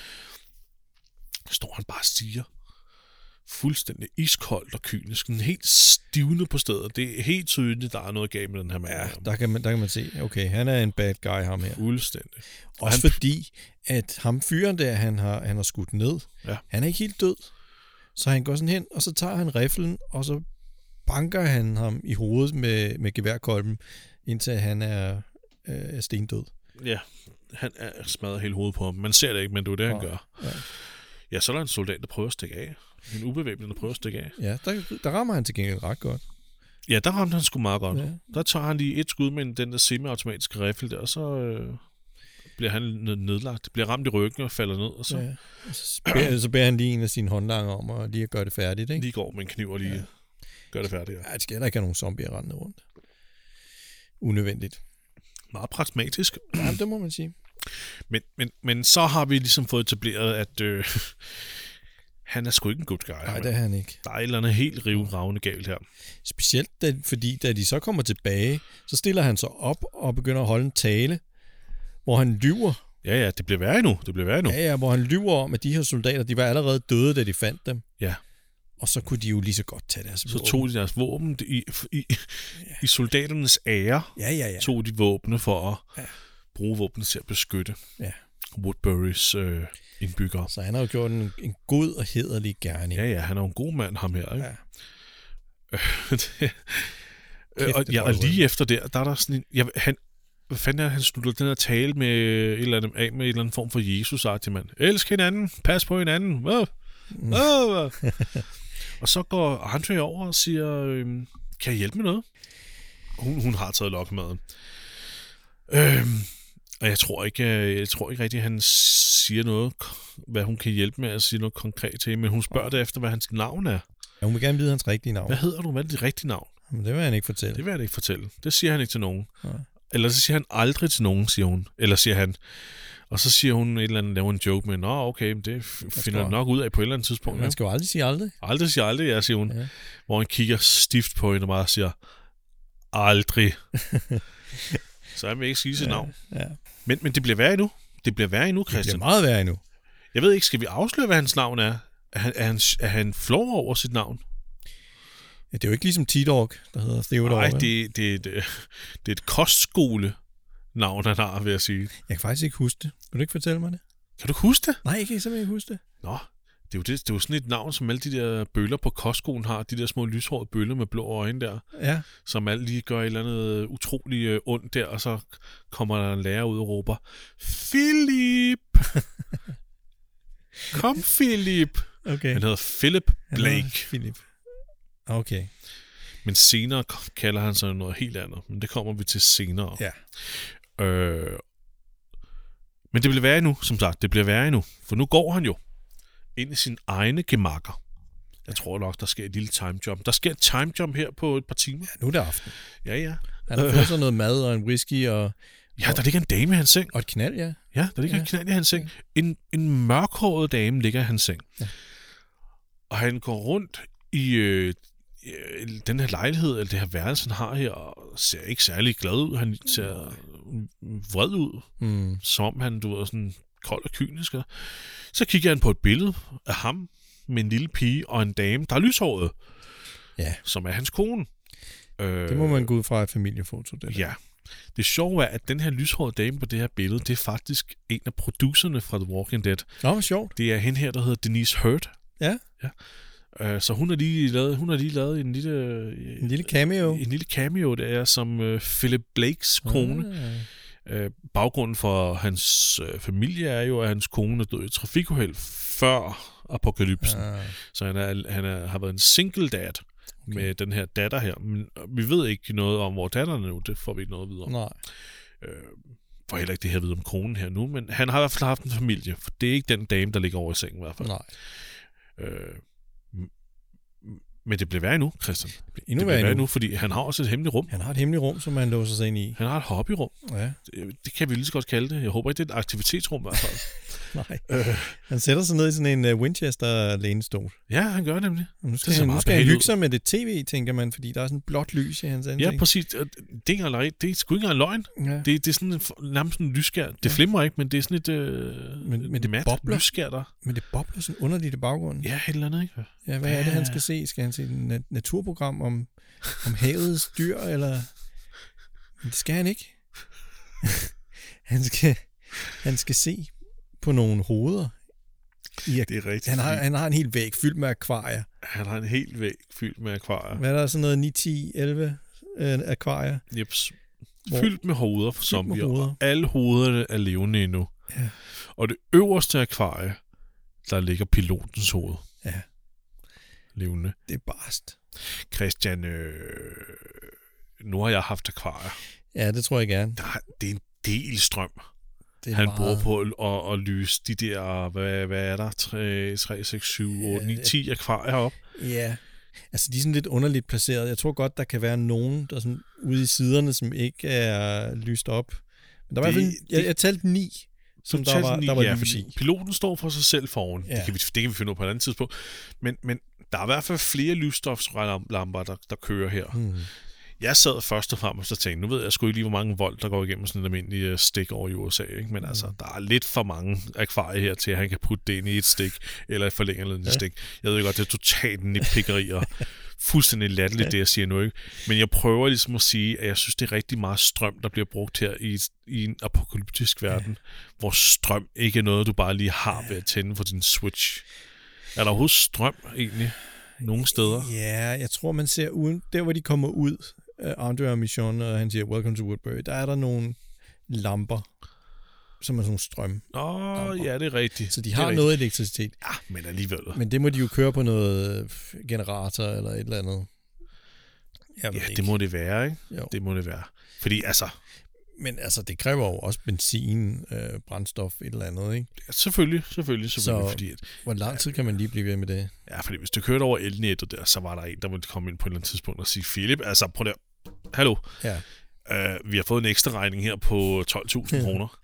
Står han bare og stiger. Fuldstændig iskoldt og kynisk. Helt stivnet på stedet. Det er helt tydeligt, der er noget galt med den her mand. Ja, der kan man se, okay, han er en bad guy, ham her. Fuldstændig. Også fordi, at ham fyren der, han har skudt ned, han er ikke helt død. Så han går sådan hen, og så tager han riflen, og så banker han ham i hovedet med geværkolben, indtil han er stendød. Ja, han er smadret hele hovedet på ham. Man ser det ikke, men det er det, han gør. Ja, så er der en soldat, der prøver at stikke af. En ubevæbnet, der prøver at stikke af. Ja, der rammer han til gengæld ret godt. Ja, der ramte han sgu meget godt. Ja. Der tager han lige et skud med den der semi-automatiske riffel der, og så bliver han nedlagt. Bliver ramt i ryggen og falder ned. Og så, så beder han lige en af sine håndlanger om at lige at gøre det færdigt, ikke? Lige går med en kniv og lige gør det færdigt. Ja, det skal heller ikke have nogen zombier rendende rundt. Unødvendigt. Meget pragmatisk. Ja, det må man sige. Men så har vi ligesom fået etableret, at han er sgu ikke en good guy. Nej, det er han ikke. Der er et eller andet helt rivravende galt her. Specielt fordi, da de så kommer tilbage, så stiller han sig op og begynder at holde en tale, hvor han lyver. Ja, det bliver værre endnu. Ja, hvor han lyver om, at de her soldater, de var allerede døde, da de fandt dem. Ja. Og så kunne de jo lige så godt tage deres våben. Så tog de deres våben i soldaternes ære. Ja. Tog de våbne for at bruge våbne til at beskytte Woodburys indbyggere. Så han har jo gjort en god og hæderlig gerning. Ja, han er jo en god mand, ham her, ikke? Ja. Og lige efter der er der sådan en... hvad fanden er han slutter den her tale med et eller andet form for Jesus-agtig mand. Elsk hinanden, pas på hinanden. Og så går Andre over og siger, kan jeg hjælpe med noget? Hun har taget lokkemaden. Og jeg tror ikke rigtig, at han siger noget, hvad hun kan hjælpe med at sige noget konkret til, men hun spørger derefter, hvad hans navn er. Ja, hun vil gerne vide hans rigtige navn. Hvad hedder du? Hvad er dit rigtige navn? Men det vil han ikke fortælle. Det vil han ikke fortælle. Det siger han ikke til nogen. Ja. Eller så siger han aldrig til nogen, siger hun. Eller siger han. Og så siger hun et eller andet, laver en joke med, nå okay, det finder han nok ud af på et eller andet tidspunkt. Man skal jo aldrig sige aldrig. Aldrig sige aldrig, ja, siger hun. Ja. Hvor han kigger stift på hende og bare siger, aldrig. Så han vil ikke sige sit navn. Ja. Men det bliver værre endnu. Det bliver værre endnu, Christian. Det bliver meget værre endnu. Jeg ved ikke, skal vi afsløre, hvad hans navn er? Er han flov over sit navn? Ja, det er jo ikke ligesom T-Dog, der hedder Theodore. Nej, det er et kostskole-navn, han har, vil jeg sige. Jeg kan faktisk ikke huske det. Vil du ikke fortælle mig det? Kan du huske det? Nej, jeg kan simpelthen ikke huske det. Nå, det er jo sådan et navn, som alle de der bøller på kostskolen har. De der små lyshårede bøller med blå øjne der. Ja. Som alle lige gør et eller andet utroligt ondt der, og så kommer der en lærer ud og råber, Philip! Kom, Philip! Okay. Han hedder Philip Blake. Philip. Okay. Men senere kalder han sig noget helt andet. Men det kommer vi til senere. Ja. Men det bliver værre endnu, som sagt. Det bliver værre endnu. For nu går han jo ind i sin egne gemakker. Jeg tror nok, der sker et lille time jump. Der sker et time jump her på et par timer. Ja, nu er det aften. Ja. Han har fået sådan noget mad og en whisky og... Ja, der ligger en dame i hans seng. Og et knald, ja. Ja, der ligger en knald i hans seng. En mørkhåret dame ligger i hans seng. Ja. Og han går rundt i den her lejlighed, eller det her værelse, han har her, og ser ikke særlig glad ud. Han ser vred ud, som om han, du ved, sådan kold og kynisk. Så kigger han på et billede af ham med en lille pige og en dame, der er lyshåret, som er hans kone. Det må man gå ud fra et familiefoto. Det ja. Det sjove er, at den her lyshårede dame på det her billede, det er faktisk en af producerne fra The Walking Dead. Nå, hvor sjovt. Det er hende her, der hedder Denise Hurt. Ja. Så hun har lige lavet en lille cameo. En lille cameo, der er som Philip Blakes kone. Baggrunden for hans familie er jo, at hans kone er død i trafikuheld før apokalypsen. Så han har været en single dad med den her datter her. Men vi ved ikke noget om, hvor datteren er nu. Det får vi ikke noget videre om. Nej. For heller ikke det her ved om konen her nu, men han har i hvert fald haft en familie, for det er ikke den dame, der ligger over i sengen i hvert fald. Nej. Men det bliver værre endnu, Christian. Det bliver værre endnu, fordi han har også et hemmeligt rum. Han har et hemmeligt rum, som han låser sig ind i. Han har et hobbyrum. Ja. Det kan vi lige så godt kalde det. Jeg håber ikke, det er et aktivitetsrum i hvert fald. Nej. Han sætter sig ned i sådan en Winchester-lænestol. Ja, han gør nemlig. Nu skal han hygge sig med det tv, tænker man, fordi der er sådan blåt lys i hans ansigt. Ja, præcis. Det er sgu ikke engang løgn. Ja. Det er sådan nærmest en lysskær. Det flimrer ikke, men det er sådan et men det bobler. lysskær der. Men det bobler sådan underligt i baggrunden. Ja, et eller andet, ikke? Ja, hvad er det, han skal se? Skal han se et naturprogram om havets dyr, eller... Men det skal han ikke. han skal se på nogle hoveder. Det er rigtigt. Han har en hel væg fyldt med akvarier. Han har en hel væg fyldt med akvarier. Hvad er der, sådan noget 9, 10, 11 akvarier? Jeps. Fyldt med hoveder for zombier. Og alle hovederne er levende endnu. Ja. Og det øverste akvarie, der ligger pilotens hoved. Ja. Levende. Det er barst. Christian, nu har jeg haft akvarier. Ja, det tror jeg gerne. Det er en del strøm. Han bruger på at lyse de der, hvad er der, 3, 6, 7, 8, 9, 10 akvarier op. Ja, altså de er sådan lidt underligt placeret. Jeg tror godt, der kan være nogen, der er sådan ude i siderne, som ikke er lyst op. Men der var i hvert fald, jeg talte 9, som der var lys i. Piloten står for sig selv foran. Ja. Det kan vi finde ud på et andet tidspunkt. Men der er i hvert fald flere lysstofslamper, der kører her. Jeg sad først og fremmest og tænkte, nu ved jeg sgu ikke lige, hvor mange volt, der går igennem sådan et almindeligt stik over i USA, ikke? Men altså, der er lidt for mange akvarier her til, at han kan putte det ind i et stik, eller et forlænget stik. Jeg ved godt, det er totalt nitpikkeri og fuldstændig latterligt, det jeg siger nu, ikke? Men jeg prøver ligesom at sige, at jeg synes, det er rigtig meget strøm, der bliver brugt her i en apokalyptisk verden, hvor strøm ikke er noget, du bare lige har ved at tænde for din switch. Er der overhovedet strøm egentlig nogle steder? Ja, jeg tror, man ser uden, der hvor de kommer ud, Andre og Mission, og han siger, welcome to Woodbury, der er der nogle lamper, som er sådan nogle strøm. Ja, det er rigtigt. Så de har noget elektricitet. Ja, men alligevel. Men det må de jo køre på noget generator eller et eller andet. Det må det være, ikke? Jo. Det må det være. Fordi altså... Men altså, det kræver jo også benzin, brændstof, et eller andet, ikke? Ja, selvfølgelig. Så fordi hvor lang tid kan man lige blive ved med det? Ja, fordi hvis du kørte over elnettet der, så var der en, der ville komme ind på et eller andet tidspunkt og sige, Philip, altså prøv der. Hallo. Ja. Vi har fået en ekstra regning her på 12.000 kroner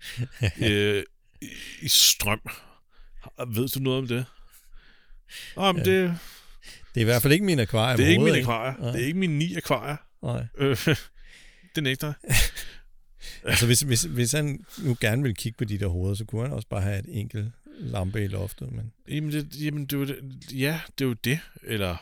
i strøm. Ved du noget om det? Men det er i hvert fald ikke min akvarie. Det er ikke min akvarie. Det er ikke mine 9 akvarier. Nej. Det nægter. Altså hvis han nu gerne vil kigge på de der hoveder, så kunne han også bare have et enkelt lampe i loftet. Men... Jamen det er jo det. Ja, det er jo det. Eller...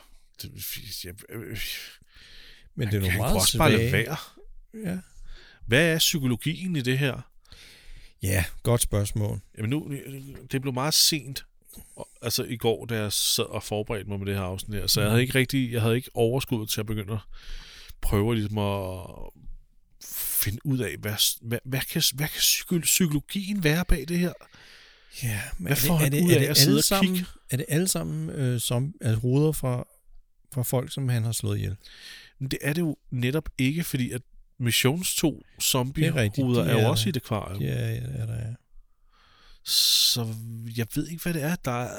Men det er nogle meget også bare lade være. Ja. Hvad er psykologien i det her? Ja, godt spørgsmål. Jamen nu, det blev meget sent. Altså i går, da jeg sad og forberedte mig med det her afsnit her, så jeg havde ikke overskud til at begynde at prøve ligesom at finde ud af, hvad kan psykologien være bag det her? Ja, men er det alle sammen som hoveder fra folk, som han har slået ihjel? Men det er det jo netop ikke, fordi at Missions 2 zombie-hoveder er jo også i det akvarium. Ja, det er der, ja. Så jeg ved ikke, hvad det er.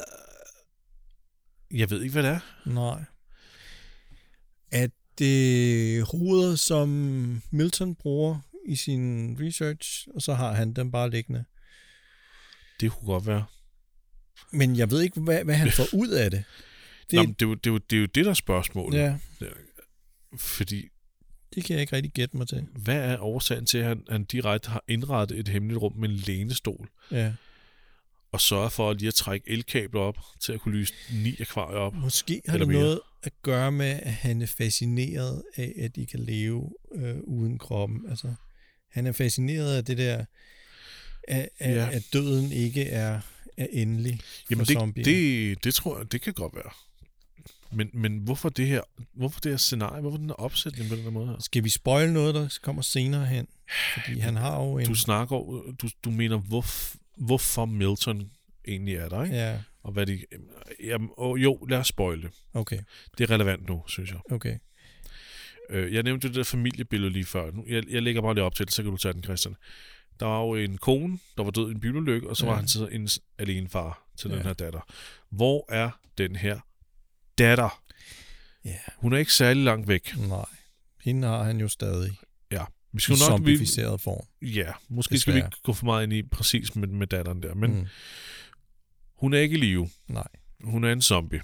Jeg ved ikke, hvad det er. Nej. At det hoveder, som Milton bruger i sin research, og så har han dem bare liggende. Det kunne godt være. Men jeg ved ikke, hvad han får ud af det. Det er jo det, der er spørgsmålet. Ja. Fordi... Det kan jeg ikke rigtig gætte mig til. Hvad er årsagen til, at han direkte har indrettet et hemmeligt rum med en lænestol? Ja. Og sørger for lige at trække elkabler op, til at kunne lyse 9 akvarier op. Måske har det noget at gøre med, at han er fascineret af, at de kan leve uden kroppen. Altså, han er fascineret af det der, at døden ikke er endelig for zombier. Det tror jeg, det kan godt være. Men hvorfor det her scenarie, hvorfor den her opsætning på den her måde her? Skal vi spoil noget, der kommer senere hen? Fordi han har jo en... Du mener, hvorfor Milton egentlig er der, ikke? Ja. Og hvad det... Jo, lad os spoile det. Okay. Det er relevant nu, synes jeg. Okay. Jeg nævnte det der familiebillede lige før. Jeg lægger bare lige op til det, så kan du tage den, Christian. Der var jo en kone, der var død i en bilulykke, og så var han så en alene far til den her datter. Hvor er den her datter? Ja. Hun er ikke særlig langt væk. Nej. Hende har han jo stadig. Ja. Vi skal I zombificeret form. Ja, måske skal vi ikke gå for meget ind i præcis med datteren der, men hun er ikke i live. Nej. Hun er en zombie.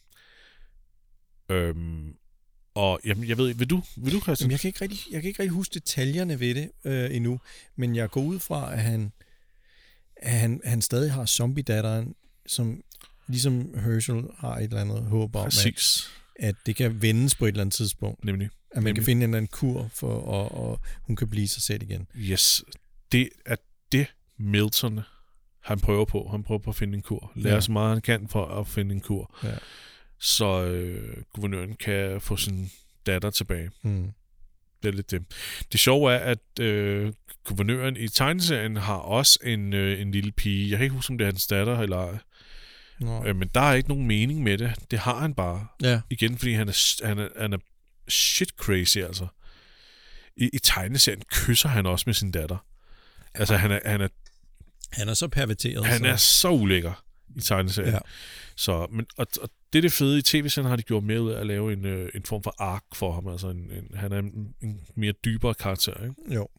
Og jamen, jeg ved ikke, vil du Christian? Jamen, jeg kan ikke rigtig huske detaljerne ved det endnu, men jeg går ud fra, at han stadig har zombie-datteren, som ligesom Herschel har et eller andet håb om, at det kan vendes på et eller andet tidspunkt. Nemlig. At man kan finde en eller anden kur, og hun kan blive sig selv igen. Yes. Det er det, Milton han prøver på. Han prøver på at finde en kur. Lærer så meget han kan for at finde en kur. Ja. Så guvernøren kan få sin datter tilbage. Det er lidt det. Det sjove er, at guvernøren i tegneserien har også en lille pige. Jeg kan ikke huske, om det er hans datter eller men der er ikke nogen mening med det. Det har han bare. Ja. Igen, fordi han er shit crazy, altså. I tegneserien kysser han også med sin datter. Ja. Altså, han er så perverteret. Han er så ulækker i tegneserien. Ja. Så, men, og det er det fede. I tv-serien har de gjort mere ud af at lave en form for ark for ham. Altså, han er en mere dybere karakter, ikke? Jo.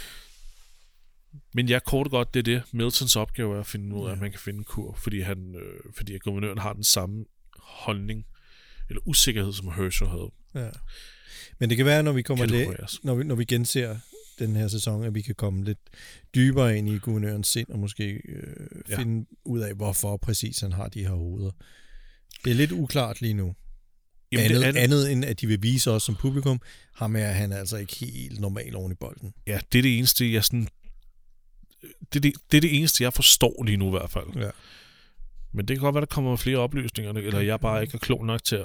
Men ja, kort og godt, det er det. Miltons opgave er at finde ud af, at man kan finde en kur, fordi at guvernøren har den samme holdning, eller usikkerhed, som Herschel havde. Ja. Men det kan være, når vi kommer når vi genser den her sæson, at vi kan komme lidt dybere ind i guvernørens sind, og måske finde ud af, hvorfor præcis han har de her hoveder. Det er lidt uklart lige nu. Jamen, andet end, at de vil vise os som publikum, ham er han altså ikke helt normal oven i bolden. Ja, det er det eneste, jeg sådan... Det er det eneste, jeg forstår lige nu i hvert fald. Ja. Men det kan godt være, der kommer flere oplysninger, eller jeg bare ikke er klog nok til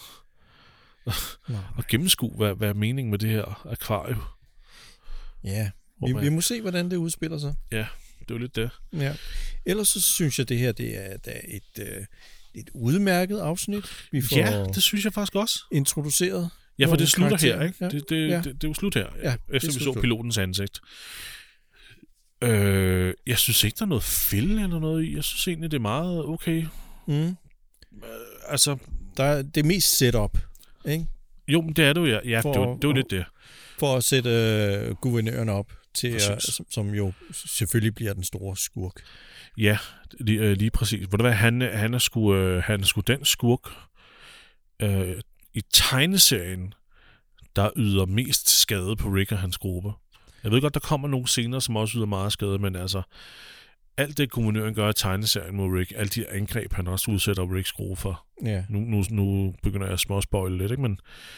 at gennemskue, hvad er meningen med det her akvarium. Ja, vi må se, hvordan det udspiller sig. Ja, det er jo lidt det. Ja. Ellers så synes jeg, det her det er et udmærket afsnit. Vi får det synes jeg faktisk også. Introduceret. Ja, for det slutter her, ikke? Ja. Det er jo slut her, efter vi så pilotens ansigt. Jeg synes ikke, der er noget fælde eller noget i. Jeg synes egentlig, det er meget okay. Altså, det er mest setup, ikke? Jo, men det er det jo, ja. Det er jo lidt det. For at sætte guvernøren op, til som jo selvfølgelig bliver den store skurk. Ja, lige præcis. Ved du hvad, han er sgu den skurk i tegneserien, der yder mest skade på Rick og hans gruppe. Jeg ved godt, der kommer nogle scener, som også yder meget skade, men altså, alt det guvernøren gør i tegneserien mod Rick, alle de angreb, han også udsætter Ricks gruppe for. Ja. Nu begynder jeg at småspoile lidt, ikke? Men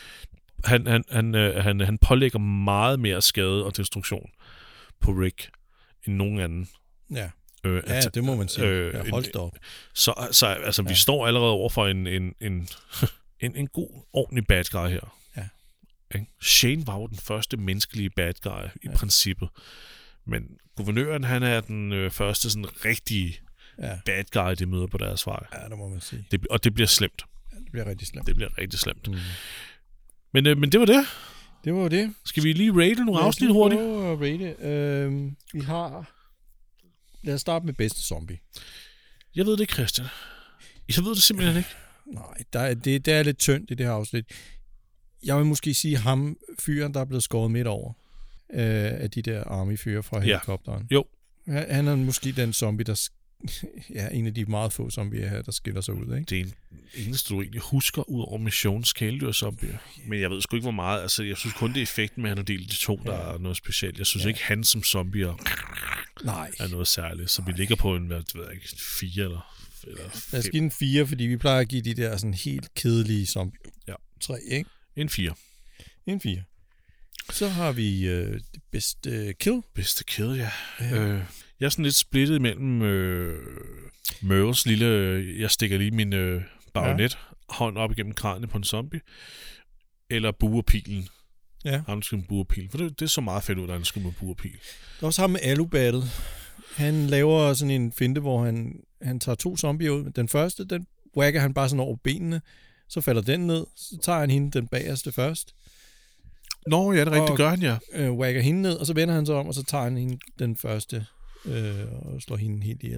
han pålægger meget mere skade og destruktion på Rick end nogen anden. Ja. Det må man sige. Hold da op. Så altså, vi står allerede over for en god, ordentlig bad guy her. Shane var jo den første menneskelige bad guy i princippet. Men guvernøren, han er den første sådan rigtige bad guy, de møder på deres vej. Ja, det må man sige. Og det bliver slemt. Ja, det bliver rigtig slemt. Det bliver rigtig slemt. Men det var det. Det var det. Skal vi lige rate nogle afsnit hurtigt? Vi har... Lad os starte med bedste zombie. Jeg ved det ikke, Christian. Jeg ved det simpelthen ikke. Nej, det er lidt tyndt i det her afsnit. Jeg vil måske sige ham, fyren, der er blevet skåret midt over af de der army-fyre fra helikopteren. Jo. Han er måske den zombie, der en af de meget få zombier her, der skiller sig ud, ikke? Det er eneste, du egentlig husker ud over Missions kæledyr-zombier. Men jeg ved sgu ikke, hvor meget. Altså, jeg synes kun, det er effekten med, at han har delt de to, der er noget specielt. Jeg synes ikke, han som zombier er noget særligt. Så vi ligger på en, hvad ved jeg ikke, 4 eller 5. Lad os give en 4, fordi vi plejer at give de der sådan helt kedelige zombier. Ja. 3, ikke? En 4. En 4. Så har vi det bedste kill. Bedste kill, ja. Jeg er sådan lidt splittet imellem Merles lille... Jeg stikker lige min bajonet hånd op igennem kranet på en zombie. Eller buerpilen. Ja. Han skal med buerpil. For det så meget fedt ud, at han skal med buerpil. Der er også ham med alubattet. Han laver sådan en finte, hvor han tager 2 zombier ud. Den første, den whacker han bare sådan over benene. Så falder den ned. Så tager han hende den bagerste først. Nå, ja, det er rigtigt, gør han, ja. Whacker hende ned, og så vender han sig om, og så tager han hende den første og slår hende helt ihjel.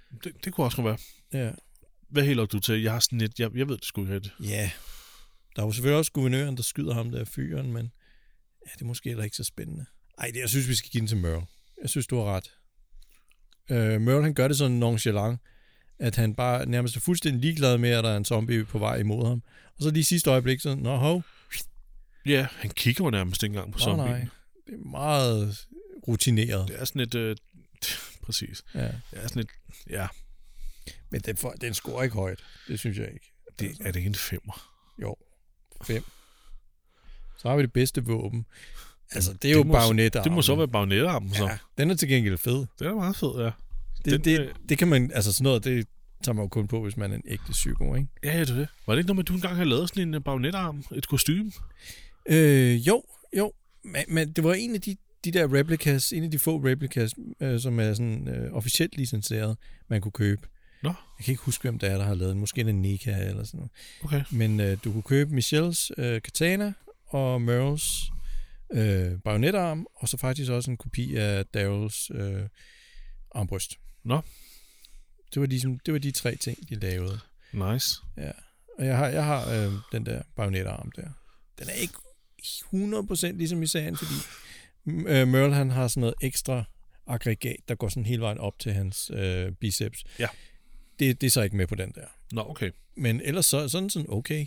Det kunne også være. Ja. Hvad hælder du til? Jeg har sådan et... Jeg ved det sgu ikke rigtigt. Ja. Der er jo selvfølgelig også guvernøren, der skyder ham der fyren, men ja, det er måske heller ikke så spændende. Ej, jeg synes, vi skal give den til Merle. Jeg synes, du har ret. Merle, han gør det sådan nonchalant, at han bare nærmest er fuldstændig ligeglad med, at der er en zombie på vej imod ham. Og så lige sidste øjeblik, så, nå, hov. Ja, han kigger jo nærmest ikke engang på zombien. Nej, det er meget rutineret. Det er sådan et... præcis. Ja. Det er sådan et... Ja. Men den scorer ikke højt. Det synes jeg ikke. Er det ikke en 5'er? Jo, 5. Så har vi det bedste våben. Altså, det er jo bajonetarmen. Det må så være bajonetarmen, så. Ja, den er til gengæld fed. Den er meget fed, ja. Det kan man, altså sådan noget, det tager man jo kun på, hvis man er en ægte psyko, ikke? Ja, det er det. Var det ikke noget med, at du engang havde lavet sådan en bajonetarm, et kostume? Jo. Men det var en af de der replicas, en af de få replicas, som er sådan officielt licenseret, man kunne købe. Nå. Jeg kan ikke huske, hvem der har lavet den. Måske en Nika eller sådan noget. Okay. Men du kunne købe Michelles katana og Merles bajonetarm, og så faktisk også en kopi af Daryls armbryst. Nå. Det var de 3 ting, de lavede. Nice. Ja. Og jeg har den der bajonetarm der. Den er ikke 100% ligesom i serien, fordi Merle, han har sådan noget ekstra aggregat, der går sådan hele vejen op til hans biceps. Ja. Det er så ikke med på den der. Nå, okay. Men ellers så sådan okay.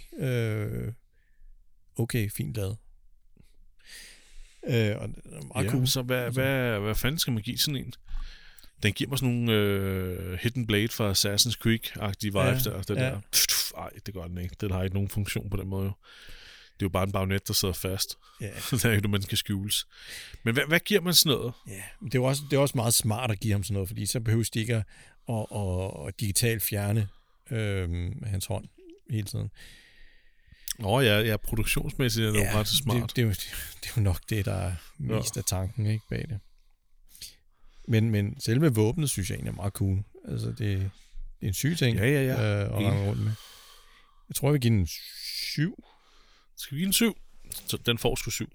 Okay, fint lavet. Og det er meget cool. Så hvad fanden skal man give sådan en? Den giver mig sådan nogle Hidden Blade fra Assassin's Creed-agtige vibes der. Der. Ej, det gør den ikke. Den har ikke nogen funktion på den måde jo. Det er jo bare en bajonet, der sidder fast. Ja. Der er ikke noget, man skal skjules. Men hvad giver man sådan noget? Ja, det er også meget smart at give ham sådan noget, fordi så behøves de ikke at digitalt fjerne hans hånd hele tiden. Ja, produktionsmæssigt er det jo ret smart. Det er jo nok det, der er mest af tanken, ikke, bag det. Men selve våbnet, synes jeg egentlig er meget cool. Altså, det er en syg ting at rende rundt med. Jeg tror, jeg vil give den 7. Skal vi give den 7? Så den får sgu 7.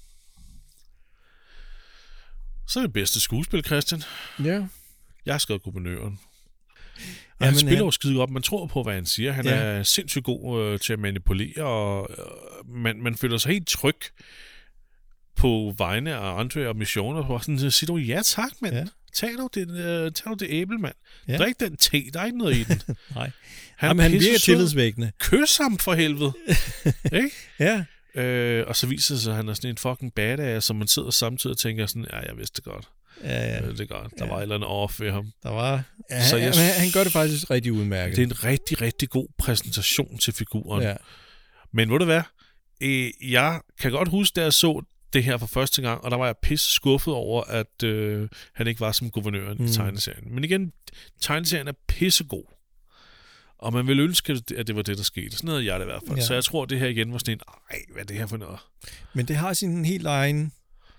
Så er det bedste skuespil, Christian. Ja. Jeg har skrevet guvernøren. Og han spiller jo skide op. Man tror på, hvad han siger. Han er sindssygt god til at manipulere, og man føler sig helt tryg på vegne af Andre og missioner. Og sådan siger du, ja tak, mand. Ja. Tag du det æble, mand. Ja. Drik den te, der er ikke noget i den. Nej. Han virker tillidsvækkende. Kys ham for helvede. Ikke? Ja. Og så viser det sig, at han er sådan en fucking badass, som man sidder samtidig og tænker sådan, ja, jeg vidste det godt. Ja. Det er godt. Der var et eller andet off ved ham. Der var. Ja, så han gør det faktisk rigtig udmærket. Det er en rigtig, rigtig god præsentation til figuren. Ja. Men ved du hvad? Jeg kan godt huske, da jeg så det her for første gang, og der var jeg pisse skuffet over, at han ikke var som guvernøren i tegneserien. Men igen, tegneserien er pissegod. Og man ville ønske, at det var det, der skete. Sådan noget jeg det i hvert fald. Ja. Så jeg tror, at det her igen var sådan en, hvad er det her for noget? Men det har sin helt egen,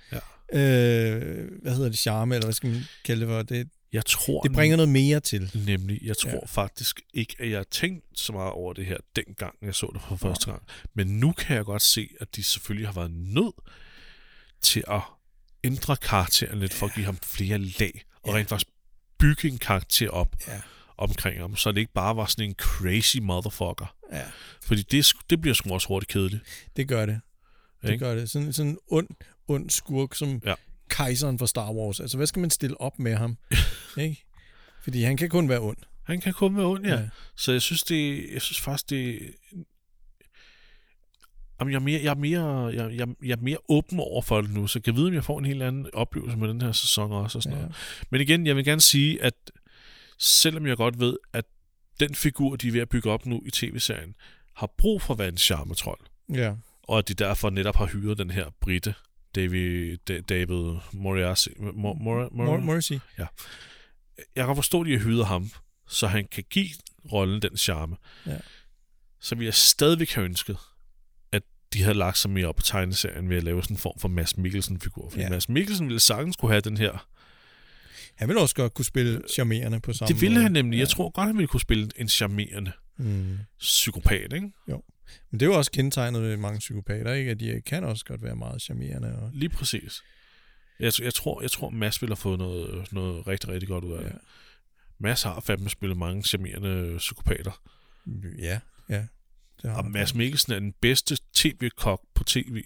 hvad hedder det, charme, eller hvad skal man kalde det for? Det bringer noget mere til. Nemlig, jeg tror faktisk ikke, at jeg har tænkt så meget over det her, dengang jeg så det for første gang. Men nu kan jeg godt se, at de selvfølgelig har været nødt til at ændre karakteren lidt, for at give ham flere lag, og rent faktisk bygge en karakter op omkring ham, så det ikke bare var sådan en crazy motherfucker. Ja. Fordi det bliver sgu også hurtigt kedeligt. Det gør det. Det gør det. Sådan en ond skurk, som kejseren fra Star Wars. Altså, hvad skal man stille op med ham? Ikke? Fordi han kan kun være ond. Han kan kun være ond, ja. Så jeg synes faktisk, det... Jamen, jeg er mere åben over for det nu, så jeg kan vide, om jeg får en helt anden oplevelse med den her sæson også. Og sådan noget. Men igen, jeg vil gerne sige, at selvom jeg godt ved, at den figur, de er ved at bygge op nu i tv-serien, har brug for at være en charmetrol. Ja. Og at de derfor netop har hyret den her brite, David Morrissey. Ja. Jeg kan forstå, at de har hyret ham, så han kan give rollen den charme. Ja. Så vil jeg stadigvæk have ønsket, at de havde lagt sig mere op på tegneserien ved at lave sådan en form for Mads Mikkelsen-figur. Fordi Mads Mikkelsen ville sagtens kunne have den her. Han ville også godt kunne spille charmerende på samme måde. Det ville han nemlig. Jeg tror godt, han ville kunne spille en charmerende psykopat, ikke? Jo. Men det er jo også kendetegnet ved mange psykopater, ikke? At de kan også godt være meget charmerende. Og... Lige præcis. Jeg tror Mads ville have fået noget rigtig, rigtig godt ud af det. Mads har fandme spillet mange charmerende psykopater. Ja. Og Mads Mikkelsen er den bedste tv-kok på tv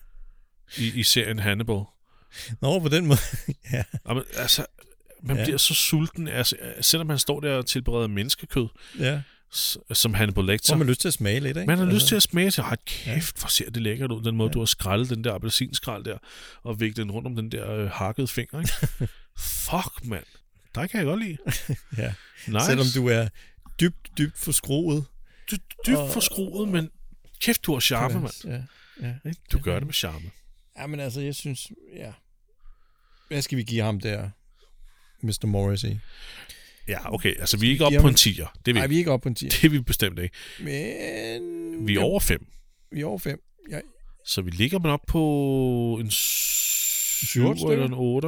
i serien Hannibal. Nå, på den måde. Ja. Og man bliver så sulten, selvom han står der og tilbereder menneskekød, som Hannibal Lecter. Så man har lyst til at smage lidt, ikke? Man har lyst til at smage til, kæft, hvor ser det lækkert ud, den måde, du har skrællet den der appelsinskrald der, og viklet den rundt om den der hakkede finger, ikke? Fuck, mand. Der kan jeg godt lide. Ja. Nice. Selvom du er dybt forskruet. Dybt forskruet, men kæft, du har charme, mand. Ja. Du gør det med charme. Ja, men altså, jeg synes, hvad skal vi give ham der, Mr. Morrissey? Ja, okay. Altså, vi er ikke oppe på en 10'er. Nej, vi er ikke oppe på en 10'er. Det er vi bestemt ikke. Men... Vi er over 5. Vi er over 5. Ja. Så vi ligger man op på en 7 eller en 8.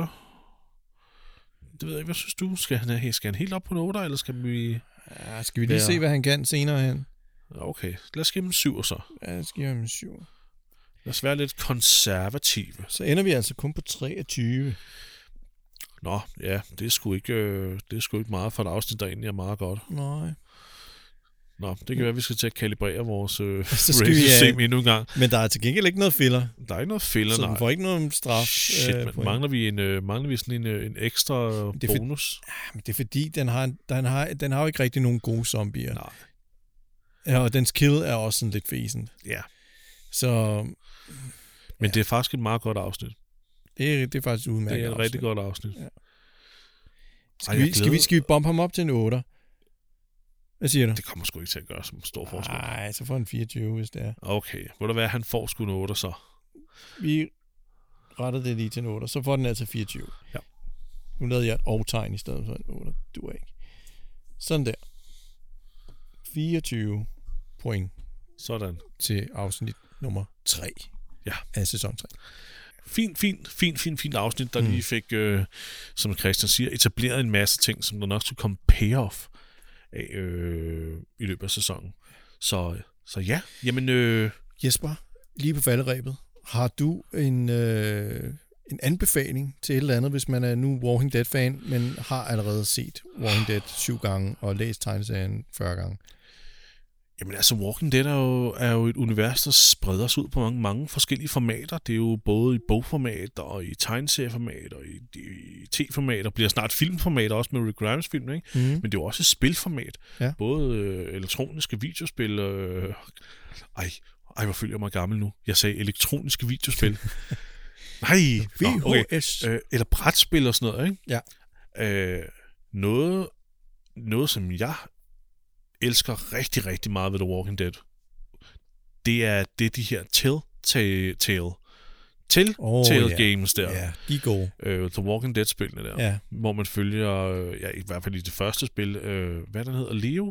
Det ved jeg ikke, hvad synes du? Skal han helt op på en 8, eller skal vi... Ja, skal vi lige se, hvad han kan senere hen? Okay, lad os give ham en 7 så. Ja, lad os give ham en 7. Lad os være lidt konservative. Så ender vi altså kun på 23. Nå, ja, det er sgu ikke meget for et afsnit, der egentlig er meget godt. Nej. Nå, det kan være, at vi skal til at kalibrere vores rating-system endnu en gang. Men der er til gengæld ikke noget filler. Der er ikke noget filler, så den får ikke noget straf. Shit, mangler vi sådan en ekstra bonus? Men det er fordi, den har jo ikke rigtig nogen gode zombier. Nej. Ja, og dens kill er også sådan lidt fæsent. Ja. Så... Men det er faktisk et meget godt afsnit. Det er faktisk udmærket. Det er et rigtig godt afsnit. Ja. Skal vi bombe ham op til en 8? Hvad siger du? Det kommer sgu ikke til at gøre som stor forskel. Nej, så får han 24, hvis det er. Okay, må der være, han får sgu en 8 så? Vi retter det lige til en 8, så får den altså 24. Ja. Nu lavede jeg et overtegn i stedet for en 8. Du er ikke. Sådan der. 24 point. Sådan. Til afsnit nummer 3. Ja. Af sæson 3. Fint afsnit, der lige fik, som Christian siger, etableret en masse ting, som der nok skulle komme payoff af i løbet af sæsonen. Så ja, jamen... Jesper, lige på falderebet, har du en anbefaling til et eller andet, hvis man er nu Walking Dead-fan, men har allerede set Walking Dead 7 gange og læst tegneserien 40 gange? Jamen altså, Walking Dead er jo et univers, der spreder sig ud på mange forskellige formater. Det er jo både i bogformat og i tegneserieformat og i t-format, og bliver snart filmformat også med Rick Grimes film, ikke? Mm. Men det er jo også et spilformat. Ja. Både elektroniske videospil. Hvor føler jeg mig gammel nu. Jeg sagde elektroniske videospil. Nej. VHS. Okay. Eller brætspil og sådan noget, ikke? Ja. Noget, som jeg elsker rigtig, rigtig meget ved The Walking Dead. Det er de her Telltale Games der. Ja, de er gode. The Walking Dead-spillene der. Hvor man følger, i hvert fald i det første spil, hvad den hedder, Leo?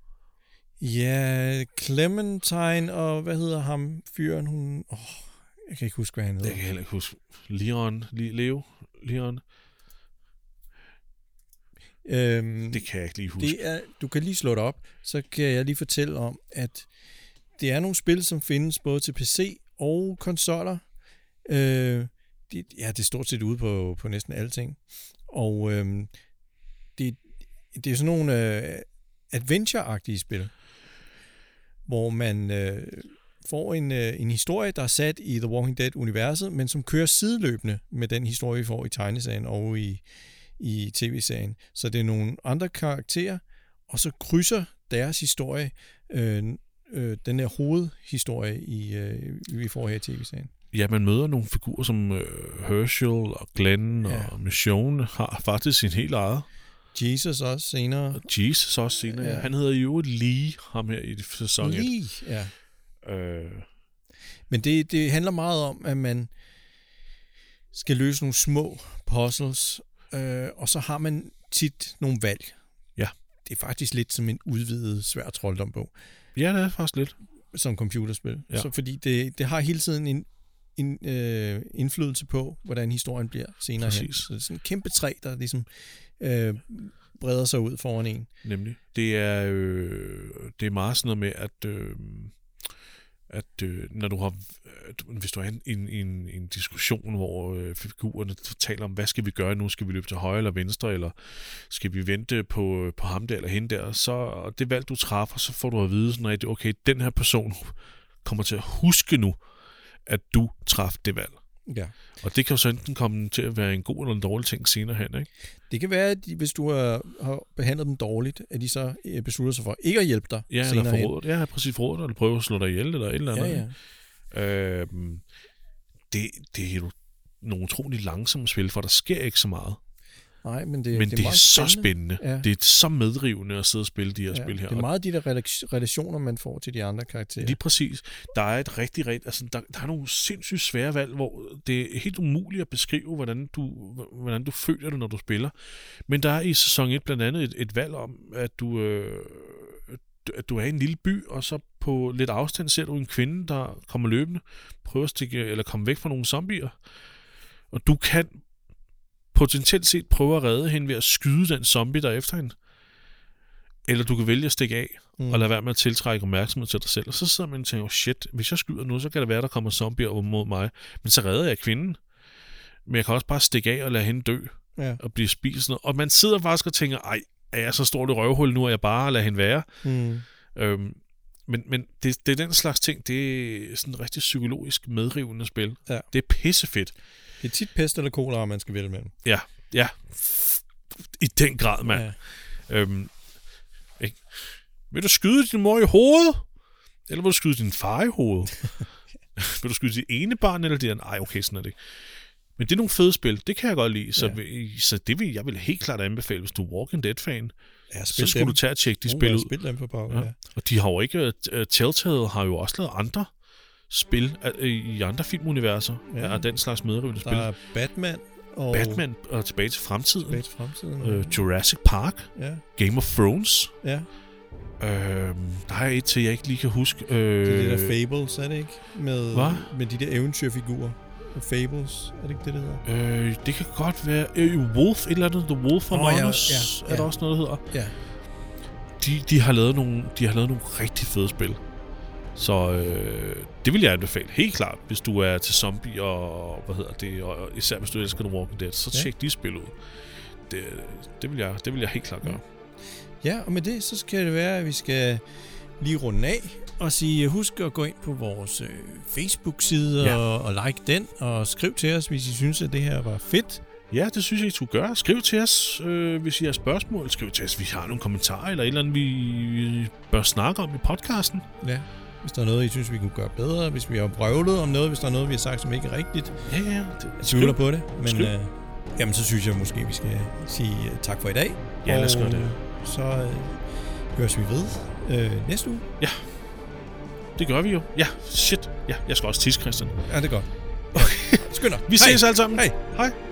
Ja, Clementine, og hvad hedder ham, fyren, hun... jeg kan ikke huske, hvad han hedder. Jeg kan heller ikke huske. Leon? Det kan jeg ikke lige huske. Du kan lige slå det op, så kan jeg lige fortælle om, at det er nogle spil, som findes både til PC og konsoller. Det er stort set ude på næsten alle ting. Og det er sådan nogle adventure-agtige spil, hvor man får en historie, der er sat i The Walking Dead-universet, men som kører sideløbende med den historie, vi får i tegneserien og i tv-serien. Så det er nogle andre karakterer, og så krydser deres historie den her hovedhistorie, vi får her i tv-serien. Ja, man møder nogle figurer som Herschel og Glenn og Michonne har faktisk sin helt eget. Jesus også senere. Ja. Han hedder jo Lee, ham her i sæson 1. Lee, ja. Men det handler meget om, at man skal løse nogle små puzzles, og så har man tit nogle valg. Ja. Det er faktisk lidt som en udvidet svær trolddom-bog. Ja, det er faktisk lidt. Som computerspil. Ja. Så fordi det har hele tiden en indflydelse på, hvordan historien bliver senere. Præcis. Hen. Så det er sådan en kæmpe træ, der ligesom breder sig ud foran en. Nemlig. Det er meget sådan noget med, at at når du har, hvis du er i en diskussion, hvor figurerne taler om, hvad skal vi gøre nu? Skal vi løbe til højre eller venstre, eller skal vi vente på ham der eller hende der? Så det valg, du træffer, så får du at vide, sådan at okay, den her person kommer til at huske nu, at du træffede det valg. Ja. Og det kan jo så enten komme til at være en god eller en dårlig ting senere hen, ikke? Det kan være, at hvis du har behandlet dem dårligt, at de så beslutter sig for ikke at hjælpe dig senere hen. Ja, præcis forrådet, eller prøve at slå dig ihjel, eller et eller andet. Ja. Det er jo nogle utroligt langsomme spil, for der sker ikke så meget. Nej, men det er så spændende. Ja. Det er så medrivende at sidde og spille de her spil her. Det er meget de der relationer, man får til de andre karakterer. Lige præcis. Der er et rigtig altså der er nogle sindssygt svære valg, hvor det er helt umuligt at beskrive, hvordan du føler det, når du spiller. Men der er i sæson 1 blandt andet et valg om, at du er i en lille by, og så på lidt afstand ser du en kvinde, der kommer løbende, prøver at stikke, eller komme væk fra nogle zombier. Og du kan potentielt set prøve at redde hende ved at skyde den zombie, der er efter hende. Eller du kan vælge at stikke af, og lade være med at tiltrække opmærksomhed til dig selv. Og så sidder man og tænker, shit, hvis jeg skyder nu, så kan det være, der kommer zombier mod mig. Men så redder jeg kvinden. Men jeg kan også bare stikke af og lade hende dø, og blive spist. Og man sidder faktisk og tænker, ej, er jeg så stort et røvhul nu, at jeg bare lader hende være? Men det er den slags ting, det er sådan et rigtig psykologisk medrivende spil. Ja. Det er pissefedt. Det er tit pest eller kolera, man skal vælge mellem. Ja. I den grad, mand. Ja. Ikke? Vil du skyde din mor i hovedet? Eller vil du skyde din far i hovedet? Vil du skyde dit ene barn, eller det? Ej, okay, sådan er det ikke. Men det er nogle fede spil. Det kan jeg godt lide. Så det vil jeg helt klart anbefale, hvis du er Walking Dead-fan. Ja, så skulle du tage og tjekke de spil ud. Spil dem på power, ja. Og de har jo ikke... Telltale har jo også lavet andre spil i andre filmuniverser af den slags medrivende spil. Der er Batman og Tilbage til fremtiden. Jurassic Park. Ja. Game of Thrones. Ja. Der er et til, jeg ikke lige kan huske. Det er der Fables, er det ikke? Med de der eventyrfigurer. Fables, er det ikke det hedder? Det kan godt være. Wolf, et eller andet. The Wolf Among Us, er der også noget, der hedder. Ja. De har lavet nogle rigtig fede spil. Så det vil jeg anbefale. Helt klart, hvis du er til zombie og og især hvis du elsker The Walking Dead, så tjek de spil ud. Det vil jeg helt klart gøre. Ja, og med det, så skal det være, at vi skal lige runde af og sige, husk at gå ind på vores Facebook-side og like den, og skriv til os, hvis I synes, at det her var fedt. Ja, det synes jeg, I skulle gøre. Skriv til os, hvis I har spørgsmål. Skriv til os, hvis I har nogle kommentarer, eller et eller andet, vi bør snakke om i podcasten. Ja, hvis der er noget, I synes, vi kunne gøre bedre, hvis vi har brøvlet om noget, hvis der er noget, vi har sagt, som ikke er rigtigt. Ja. Jeg tvivler på det, men jamen, så synes jeg måske, vi skal sige tak for i dag. Ja, lad os gøre det. Så høres vi ved næste uge. Ja, det gør vi jo. Ja, shit. Ja, jeg skal også tisse, Christian. Ja, det er godt. Okay. Skynd dig. Vi ses alle sammen. Hej.